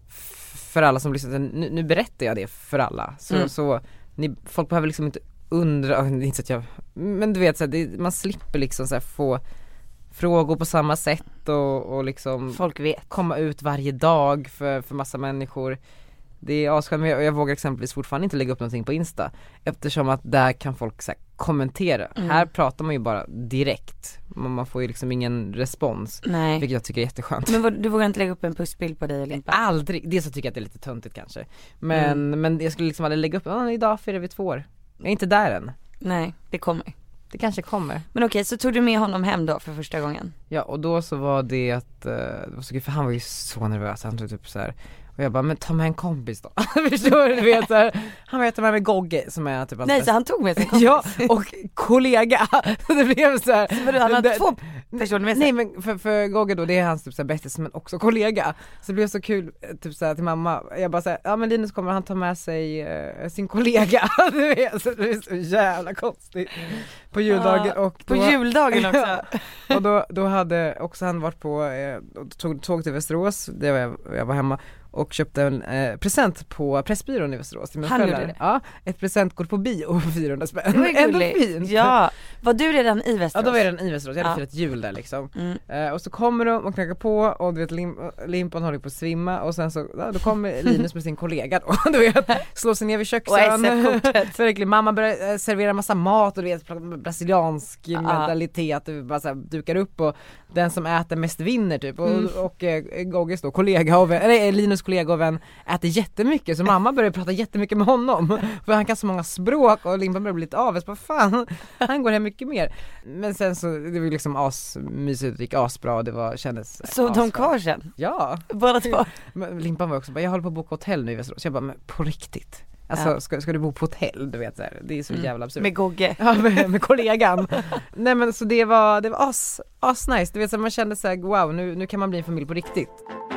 f- för alla som lyssnar, nu, nu berättar jag det för alla. Så, Mm. så ni, folk behöver liksom inte undra, det är inte så att jag, men du vet så här, det, man slipper liksom så här få frågor på samma sätt och, och liksom Folk vet. komma ut varje dag för, för massa människor. Det är asskönt, men jag, jag vågar exempelvis fortfarande inte lägga upp någonting på Insta, eftersom att där kan folk så här, kommentera. Mm. Här pratar man ju bara direkt. Man, man får ju liksom ingen respons. Nej. Vilket jag tycker är jätteskönt. Men vad, du vågar inte lägga upp en pussbild på dig och Limpa? Aldrig. Dels så tycker jag att det är lite töntigt kanske. Men, Mm. men jag skulle liksom aldrig lägga upp, ah, idag firar vi två år. Jag är inte där än. Nej, det kommer. Det kanske kommer. Men okej, så tog du med honom hem då för första gången? Ja, och då så var det att, eh, det var så kul, för han var ju så nervös. Han tog typ så här. Och jag bara, men ta med en kompis då. Förstår du, du vet så här. Han var med med Gogge som är typ hans Nej, bästa- så han tog med sin kompis? Ja, och kollega. Det blev så här. Så vadå, han hade Det- två personer med sig? Nej, men för, för Gogge då, det är hans typ så här bästis men också kollega. Så det blev så kul typ så här, till mamma. Jag bara så här, ja men Linus kommer, han tar med sig eh, sin kollega. Du vet, så det är så jävla konstigt. På juldagen Ja, och på då, juldagen också. och då, då hade också han varit på eh, och tog tåg till Västerås. Det var jag, jag var hemma och köpte en eh, present på Pressbyrån i Västerås till mina Han föräldrar. gjorde det? Ja, ett presentkort på bio för fyrahundra spänn. Det var ju Ändå gulligt. fint. Ja, var du redan i Västerås? Ja, då var jag redan i Västerås, jag hade Ja. firat jul där liksom. Mm. eh, Och så kommer de och knackar på och du vet Lim- Limpan håller på att svimma. Och sen så, ja, då kommer Linus med sin kollega då, du vet, slår sig ner vid Och köksön. S F-kortet. Verkligen, mamma börjar eh, servera massa mat och du vet, prata om brasiliansk Ja. mentalitet. Du bara så här, dukar upp och den som äter mest vinner typ. Och, Mm. och eh, Gogges då, kollega och vän, eller Linus kollega och vän äter jättemycket. Så mamma börjar prata jättemycket med honom. För han kan så många språk och Limpan börjar bli lite av. Vad fan, han går hem mycket mer. Men sen så, det var liksom asmysigt, det gick asbra och det var, kändes Så de asbra. kvar sen? Ja. Båda två? Men Limpan var också bara, jag håller på att boka hotell nu i Västerås. Jag bara, men på riktigt? Alltså Ja. ska, ska du bo på hotell? Du vet så här, det är så Mm. jävla absurt. Med Gogge? Ja, med, med kollegan. Nej men så det var, det var as, as nice. Du vet så man kände så här, wow, nu, nu kan man bli en familj på riktigt.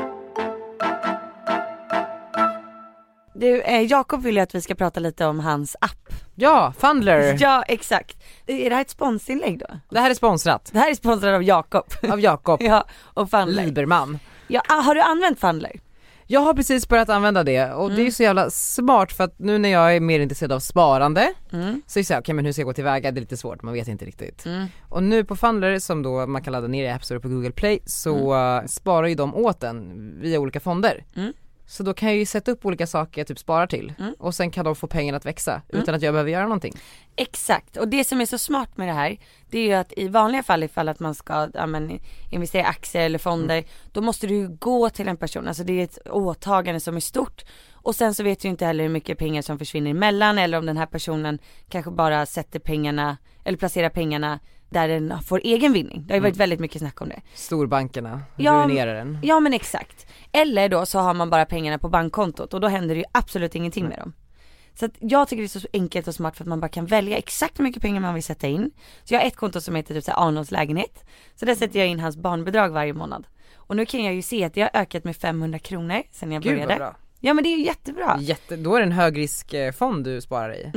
Du, eh, Jakob vill ju att vi ska prata lite om hans app. Ja, Fundler. Ja, exakt. Är det här ett sponsinlägg då? Det här är sponsrat. Det här är sponsrat av Jakob. Av Jakob. Ja, och Fundler. Liberman. Ja, ah, har du använt Fundler? Jag har precis börjat använda det och Mm. det är så jävla smart för att nu när jag är mer intresserad av sparande Mm. så är det så här, okej men hur ska jag gå tillväga? Det är lite svårt, man vet inte riktigt. Mm. Och nu på Fundler som då man kan ladda ner i App Store på Google Play så mm. sparar ju de åt en via olika fonder. Mm. Så då kan jag ju sätta upp olika saker jag typ sparar till Mm. och sen kan de få pengarna att växa Mm. utan att jag behöver göra någonting. Exakt, och det som är så smart med det här, det är ju att i vanliga fall ifall att man ska ja, men, investera i aktier eller fonder, mm. då måste du gå till en person, alltså det är ett åtagande som är stort. Och sen så vet du inte heller hur mycket pengar som försvinner emellan eller om den här personen kanske bara sätter pengarna eller placerar pengarna där den får egen vinning. Det har ju varit mm. väldigt mycket snack om det. Storbankerna ja, ruinerar den. Ja men exakt. Eller då så har man bara pengarna på bankkontot och då händer det ju absolut ingenting mm. med dem. Så att jag tycker det är så enkelt och smart för att man bara kan välja exakt hur mycket pengar man vill sätta in. Så jag har ett konto som heter typ så här Arnolds lägenhet. Så där sätter jag in hans barnbidrag varje månad. Och nu kan jag ju se att det har ökat med femhundra kronor sen jag Gud, började. vad bra. Ja men det är ju jättebra. Jätte, då är det en högriskfond du sparar i. Mm,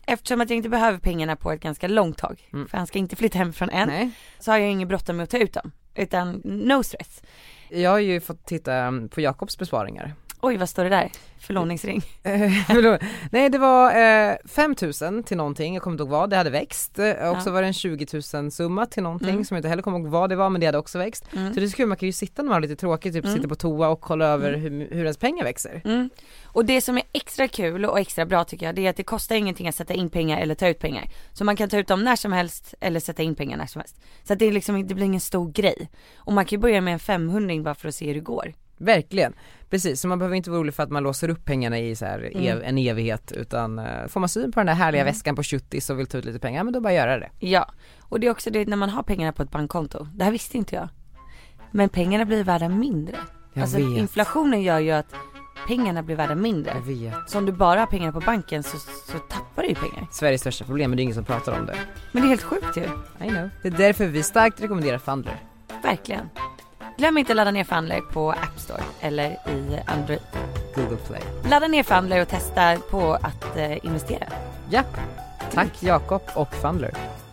eftersom att jag inte behöver pengarna på ett ganska långt tag, Mm. för han ska inte flytta hemifrån än, Nej. så har jag ingen bråttom med att ta ut dem, utan no stress. Jag har ju fått titta på Jakobs besparingar. Oj, vad står det där? Förlåningsring. Nej, det var eh, fem tusen till någonting, jag kommer inte ihåg vad, det hade växt. Eh, och Ja. så var det en tjugo tusen summa till någonting Mm. som jag inte heller kommer ihåg vad det var, men det hade också växt. Mm. Så det är så kul, man kan ju sitta när man har lite tråkigt, typ Mm. sitta på toa och kolla över Mm. hur, hur ens pengar växer. Mm. Och det som är extra kul och extra bra tycker jag, det är att det kostar ingenting att sätta in pengar eller ta ut pengar. Så man kan ta ut dem när som helst eller sätta in pengar när som helst. Så att det, är liksom, det blir ingen stor grej. Och man kan ju börja med en femhundring bara för att se hur det går. Verkligen, precis, så man behöver inte vara orolig för att man låser upp pengarna i så här Mm. ev- en evighet, utan uh, får man syn på den där härliga Mm. väskan på tjuttis och vill ta ut lite pengar, men då bara göra det. Ja, och det är också det när man har pengarna på ett bankkonto. Det här visste inte jag. Men pengarna blir värda mindre. Jag alltså vet. inflationen gör ju att pengarna blir värda mindre. Jag vet. Så om du bara har pengar på banken så, så tappar du ju pengar. Sveriges största problem, men det är ingen som pratar om det. Men det är helt sjukt ju. I know. Det är därför vi starkt rekommenderar Fundler. Verkligen. Glöm inte att ladda ner Fundler på App Store eller i Android. Google Play. Ladda ner Fundler och testa på att eh, investera. Japp. Tack Jakob och Fundler.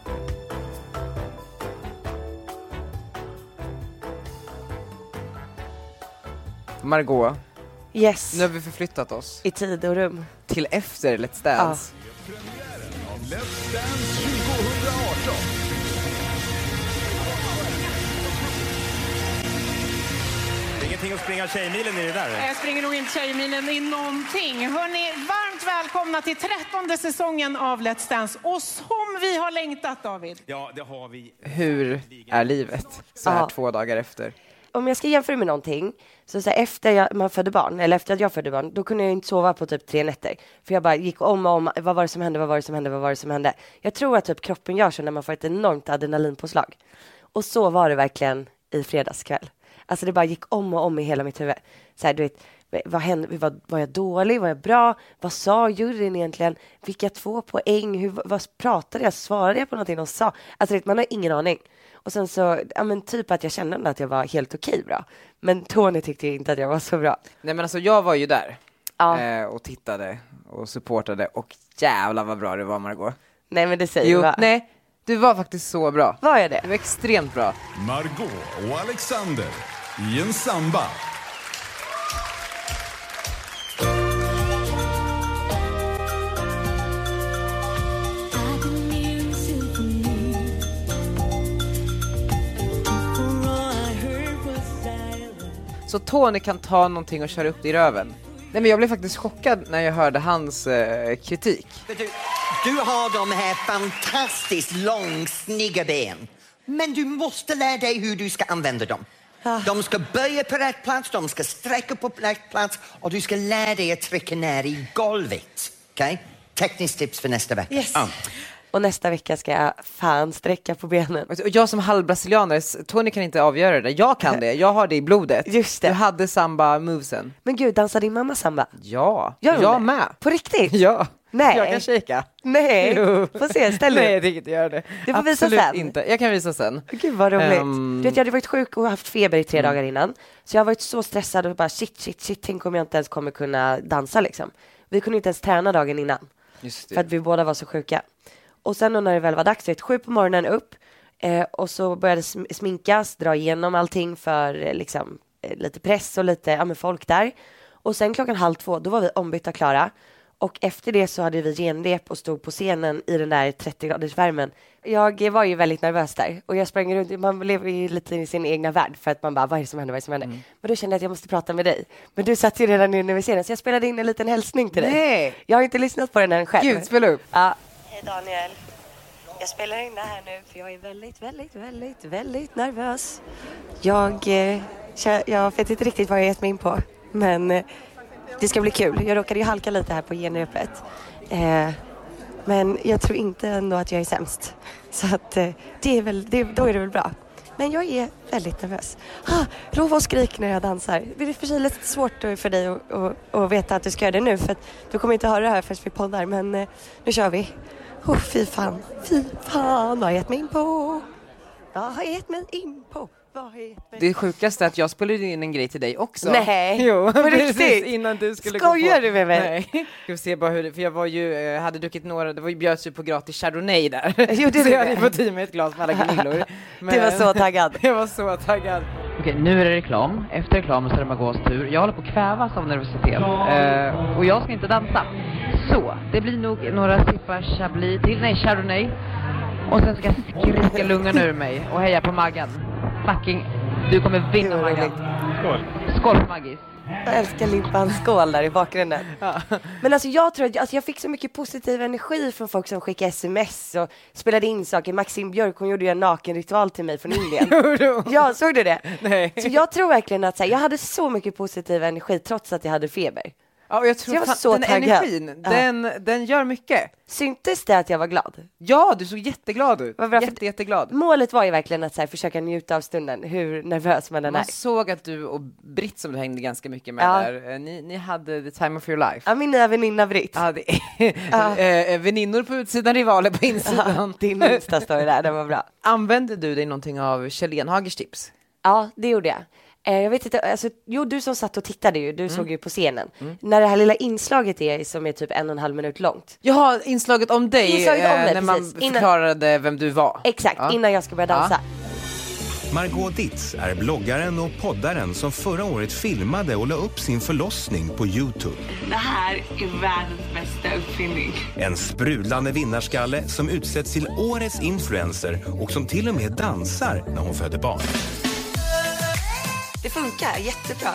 Margot, Yes. nu har vi förflyttat oss I tid och rum. till efter Let's Dance. Let's Dance tjugo arton. Det är ingenting att springa tjejmilen i det där. Jag springer nog inte tjejmilen i någonting. Hörrni, varmt välkomna till trettonde säsongen av Let's Dance. Och som vi har längtat, David. Ja, det har vi. Hur är livet så här Ja. två dagar efter? Om jag ska jämföra med någonting, så, så här, efter jag, man födde barn, eller efter att jag födde barn, då kunde jag inte sova på typ tre nätter. För jag bara gick om och om, vad var det som hände, vad var det som hände, vad var det som hände. Jag tror att typ kroppen gör så när man får ett enormt adrenalinpåslag. Och så var det verkligen i fredagskväll. Alltså det bara gick om och om i hela mitt huvud. Så här, du vet, vad hände, var, var jag dålig, var jag bra, vad sa juryn egentligen, fick jag två poäng, hur, vad pratade jag, svarade jag på någonting de sa. Alltså vet, man har ingen aning. Och sen så, ja men typ att jag kände att jag var helt okej bra. Men Tony tyckte inte att jag var så bra. Nej men alltså jag var ju där Ja. eh, och tittade och supportade, och jävlar vad bra det var, Margot. Nej men det säger Jo, va? nej, du var faktiskt så bra. Var jag det? Du var extremt bra. Margot och Alexander i en samba. Så Tony kan ta någonting och köra upp det i röven. Nej men jag blev faktiskt chockad när jag hörde hans eh, kritik. Du, du har de här fantastiskt lång, snygga ben. Men du måste lära dig hur du ska använda dem. De ska böja på rätt plats, de ska sträcka på rätt plats och du ska lära dig att trycka ner i golvet. Okej? Okay? Tekniskt tips för nästa vecka. Yes. Ja. Och nästa vecka ska jag fan sträcka på benen. Och jag som halvbrasilianare, Tony kan inte avgöra det. Jag kan det, jag har det i blodet. Just det. Du hade samba movesen. Men gud, dansar din mamma samba? Ja, Gör hon jag det? med. På riktigt? Ja. Nej. Jag kan shaka. Nej, Jo. får se, ställ dig. Nej, jag tänker inte göra det. Du får visa Absolut sen. inte. Jag kan visa sen. Gud vad roligt. Um, Du vet, jag hade varit sjuk och haft feber i tre Mm. dagar innan. Så jag har varit så stressad och bara shit, shit, shit, tänk om jag inte ens kommer kunna dansa liksom. Vi kunde inte ens träna dagen innan. Just det. För att vi båda var så sjuka. Och sen då när det väl var dags, vet, sju på morgonen upp. Eh, och så började sm- sminkas, dra igenom allting för eh, liksom, eh, lite press och lite ja, men folk där. Och sen klockan halv två, då var vi ombytta klara. Och efter det så hade vi genrep och stod på scenen i den där trettio graders värmen. Jag var ju väldigt nervös där. Och jag sprang runt, man lever ju lite i sin egna värld. För att man bara, vad är det som händer, vad är det som händer? Mm. Men då kände jag att jag måste prata med dig. Men du satt ju redan inne vid scenen, så jag spelade in en liten hälsning till dig. Nej. Jag har inte lyssnat på den än själv. Gud, spela upp. Ja. Hej Daniel. Jag spelar in det här nu för jag är väldigt, väldigt, väldigt, väldigt nervös. Jag, eh, kä- jag vet inte riktigt vad jag gett mig in på. Men eh, det ska bli kul. Jag råkade ju halka lite här på genrepet. Eh, men jag tror inte ändå att jag är sämst. Så att eh, det är väl, det, då är det väl bra. Men jag är väldigt nervös. Ah, lova och skrik när jag dansar. Det är för sig lite svårt för dig att, att, att veta att du ska göra det nu. För att du kommer inte höra det här förrän vi poddar. Men eh, nu kör vi. Oh, fy fan. Fy fan, vad har jag gett mig in på? Jag har gett mig in på. Det sjukaste är att jag spelade in en grej till dig också. Nej, jo, på riktigt? Innan du skulle Skojar gå på. du med mig? Nej, ska vi se bara hur det, för jag var ju, eh, hade druckit några, det var ju bjöds ju på gratis Chardonnay där. Jo, det så jag det. hade fått i mig ett glas med alla gnillor. Du var så taggad. Jag var så taggad. Okej, nu är det reklam. Efter reklamen så är det Margaux tur. Jag håller på att kvävas av nervositet. Eh, och jag ska inte dansa. Så, det blir nog några sippar Chablis till, nej Chardonnay. Och sen ska jag skrika lungan ur mig och heja på Maggan. Fucking, du kommer vinna Maggan. Skål. Skål Maggis. Jag älskar Limpans skål där i bakgrunden. Ja. Men alltså jag tror att alltså jag fick så mycket positiv energi från folk som skickade sms och spelade in saker. Maxim Björk, hon gjorde ju en nakenritual till mig från Indien. Ja, såg du det? Nej. Så jag tror verkligen att så här, jag hade så mycket positiv energi trots att jag hade feber. Ja, och jag tror jag var fan, så den taggad. energin, Ja. den, den gör mycket. Syntes det att jag var glad? Ja, du såg jätteglad ut. Vad bra, för Jätte, jätteglad. Målet var ju verkligen att så här, försöka njuta av stunden, hur nervös man än är. Man såg att du och Britt som du hängde ganska mycket med Ja. där, eh, ni, ni hade the time of your life. Ja, min nya väninna Britt. Ja, det ja. eh, väninnor på utsidan, rivaler på insidan. Ja, din minsta story där, det var bra. Använde du dig någonting av Kjell Enhagers tips? Ja, det gjorde jag. Eh, jag vet inte, alltså, jo du som satt och tittade ju, du mm. såg ju på scenen. Mm. När det här lilla inslaget är som är typ en och en halv minut långt. Jaha, inslaget om dig, inslaget om mig, eh, när precis. man förklarade innan, vem du var. Exakt, ja. Innan jag ska börja dansa. Ja. Margaux Dietz är bloggaren och poddaren som förra året filmade och la upp sin förlossning på YouTube. Det här är världens bästa uppfinning. En sprudlande vinnarskalle som utsätts till årets influencer och som till och med dansar när hon föder barn. Det funkar jättebra.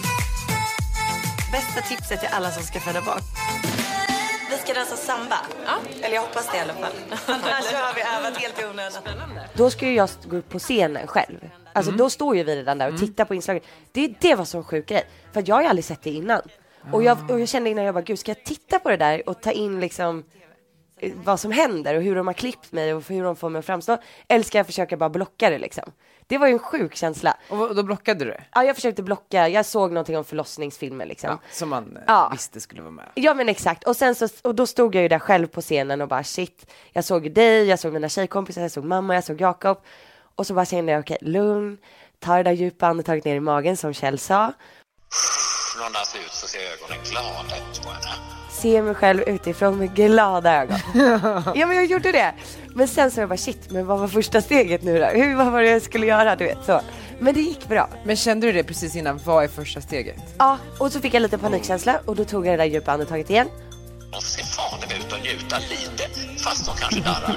Bästa tipset till alla som ska föda barn. Vi ska dansa samba. Ja. Eller jag hoppas det i alla fall. Annars har vi övat helt i onödan. Då ska ju jag gå upp på scenen själv. Alltså mm. då står ju vi redan där och mm. tittar på inslaget. Det, det var så sjuk grej. För jag har ju aldrig sett det innan. Ah. Och, jag, och jag kände innan jag bara, gud, ska jag titta på det där och ta in liksom vad som händer och hur de har klippt mig och hur de får mig att framstå. Eller ska jag försöka bara blocka det liksom. Det var ju en sjuk känsla. Och då blockade du det? Ja, jag försökte blocka. Jag såg någonting om förlossningsfilmer liksom. Ja, som man ja. visste skulle vara med. Ja, men exakt. Och sen så, och då stod jag ju där själv på scenen och bara shit. Jag såg dig, jag såg mina tjejkompisar, jag såg mamma, jag såg Jakob. Och så bara kände jag, okej, okay, lugn. Ta det där djupa andetaget ner i magen som Kjell sa. Någonstans ut så ser ögonen glada ut på henne. Se mig själv utifrån med glada ögon. Ja, men jag gjorde det. Men sen så jag bara shit, men vad var första steget nu då? Hur, vad var det jag skulle göra, du vet så. Men det gick bra. Men kände du det precis innan, vad är första steget? Ja, och så fick jag lite panikkänsla och då tog jag det där djupa andetaget igen. Och se fan ut och njuta lite, fast de kanske darrar.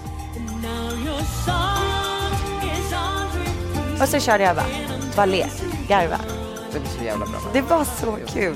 Och så körde jag bara, bara le, garva. Det var så jävla bra. Det var så kul.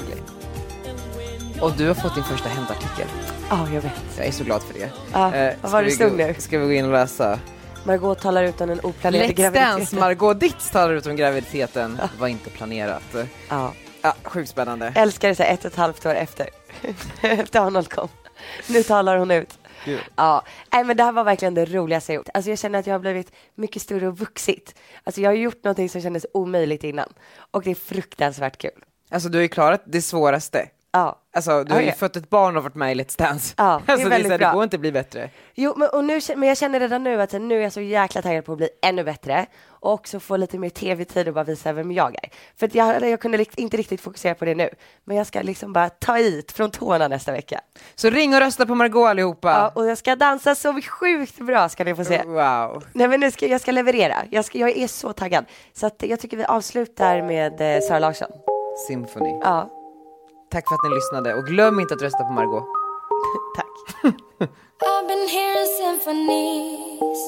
Och du har fått din första hämtartikel. Ja, oh, jag vet. Jag är så glad för det. Ja, uh, vad var det stod nu? Ska vi gå in och läsa? Margaux talar ut om en oplanerad graviditet. Let's Dance, Margaux Dietz talar ut om graviditeten. Det var inte planerat. Ja. Ja, sjukt spännande. Älskar det så här ett och ett halvt år efter. Efter Arnold kom. Nu talar hon ut. Gud. Ja, nej, men det här var verkligen det roligaste jag gjort. Alltså jag känner att jag har blivit mycket större och vuxit. Alltså jag har gjort någonting som kändes omöjligt innan. Och det är fruktansvärt kul. Alltså du har ju klarat det svåraste. Ja. Alltså du har ju okay. fått ett barn och varit med i Let's Dance. Ja, det är alltså, väldigt det, är så, bra. Det går inte bli bättre. Jo, men, och nu, men jag känner redan nu att nu är jag så jäkla taggad på att bli ännu bättre. Och också få lite mer tv-tid och bara visa vem jag är. För att jag, jag kunde inte riktigt fokusera på det nu. Men jag ska liksom bara ta hit från tårna nästa vecka. Så ring och rösta på Margaux allihopa. Ja, och jag ska dansa så sjukt bra ska ni få se. Wow. Nej, men nu ska jag ska leverera. Jag, ska, jag är så taggad. Så att jag tycker vi avslutar med eh, Sara Larsson. Symphony. Ja. Tack för att ni lyssnade och glöm inte att rösta på Margaux. Tack. I've been hearing symphonies.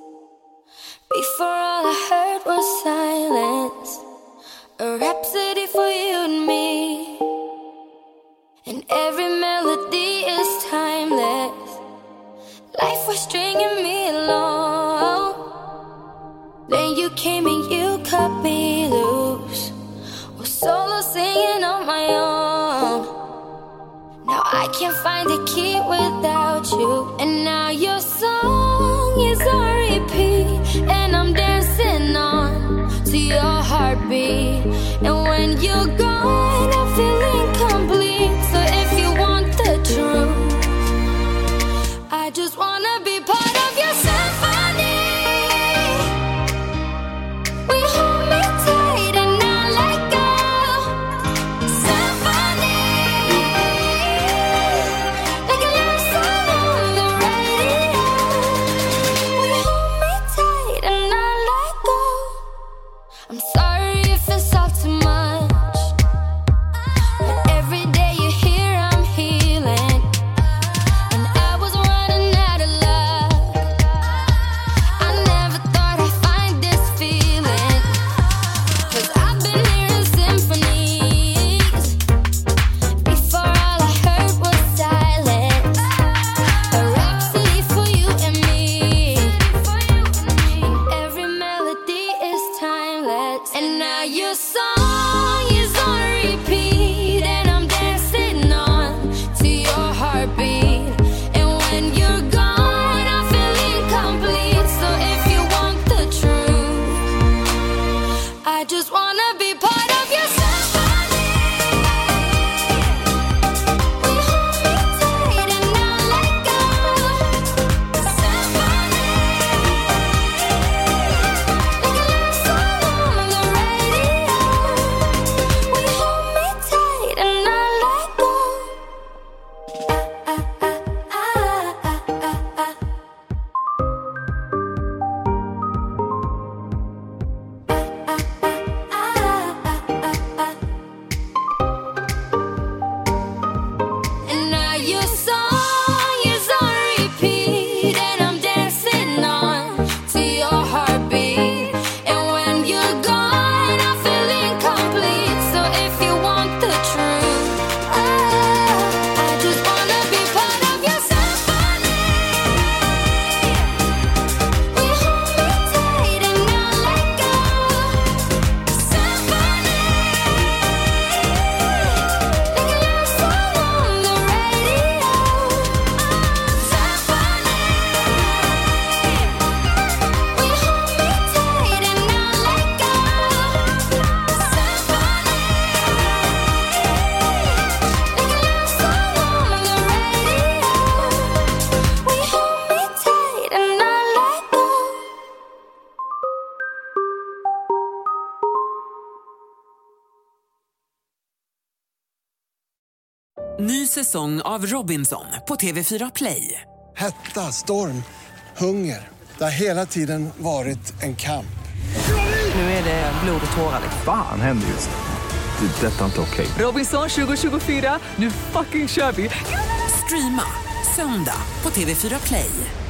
Before all I heard was silence. A rhapsody for you and me. And every melody is timeless. Life was stringing me along. Then you came and you cut me loose. Was solo singing on my own. Now I can't find a key without you. And now your song is on repeat. And I'm dancing on to your heartbeat. And when you're gone I feel incomplete. So if you want the truth, I just wanna be part of your symphony. We your song is on repeat, and I'm dancing on to your heartbeat. And when you're gone, I feel incomplete. So if you want the truth, I just wanna be part of your symphony. We hold me tight and not let go. Symphony. Like a love song on the radio. We hold me tight and not let go. Ah, ah, ah, ah, ah, ah. And now your song is on repeat, and I'm dancing on to your heartbeat. And when you're gone, I feel incomplete. So if you want the truth, I just wanna be part of your symphony. We hold me tight and not let go. Symphony. Like a love song on the radio. Symphony. We hold me tight and not let go. Symphony. Like a love song on the radio. We hold me tight and not let go. Ny säsong av Robinson på T V fyra Play. Hetta, storm, hunger. Det har hela tiden varit en kamp. Nu är det blod och tårar. Fan händer just det. Det är detta inte okej. Robinson tjugo tjugofyra, nu fucking kör vi. Streama söndag på T V fyra Play.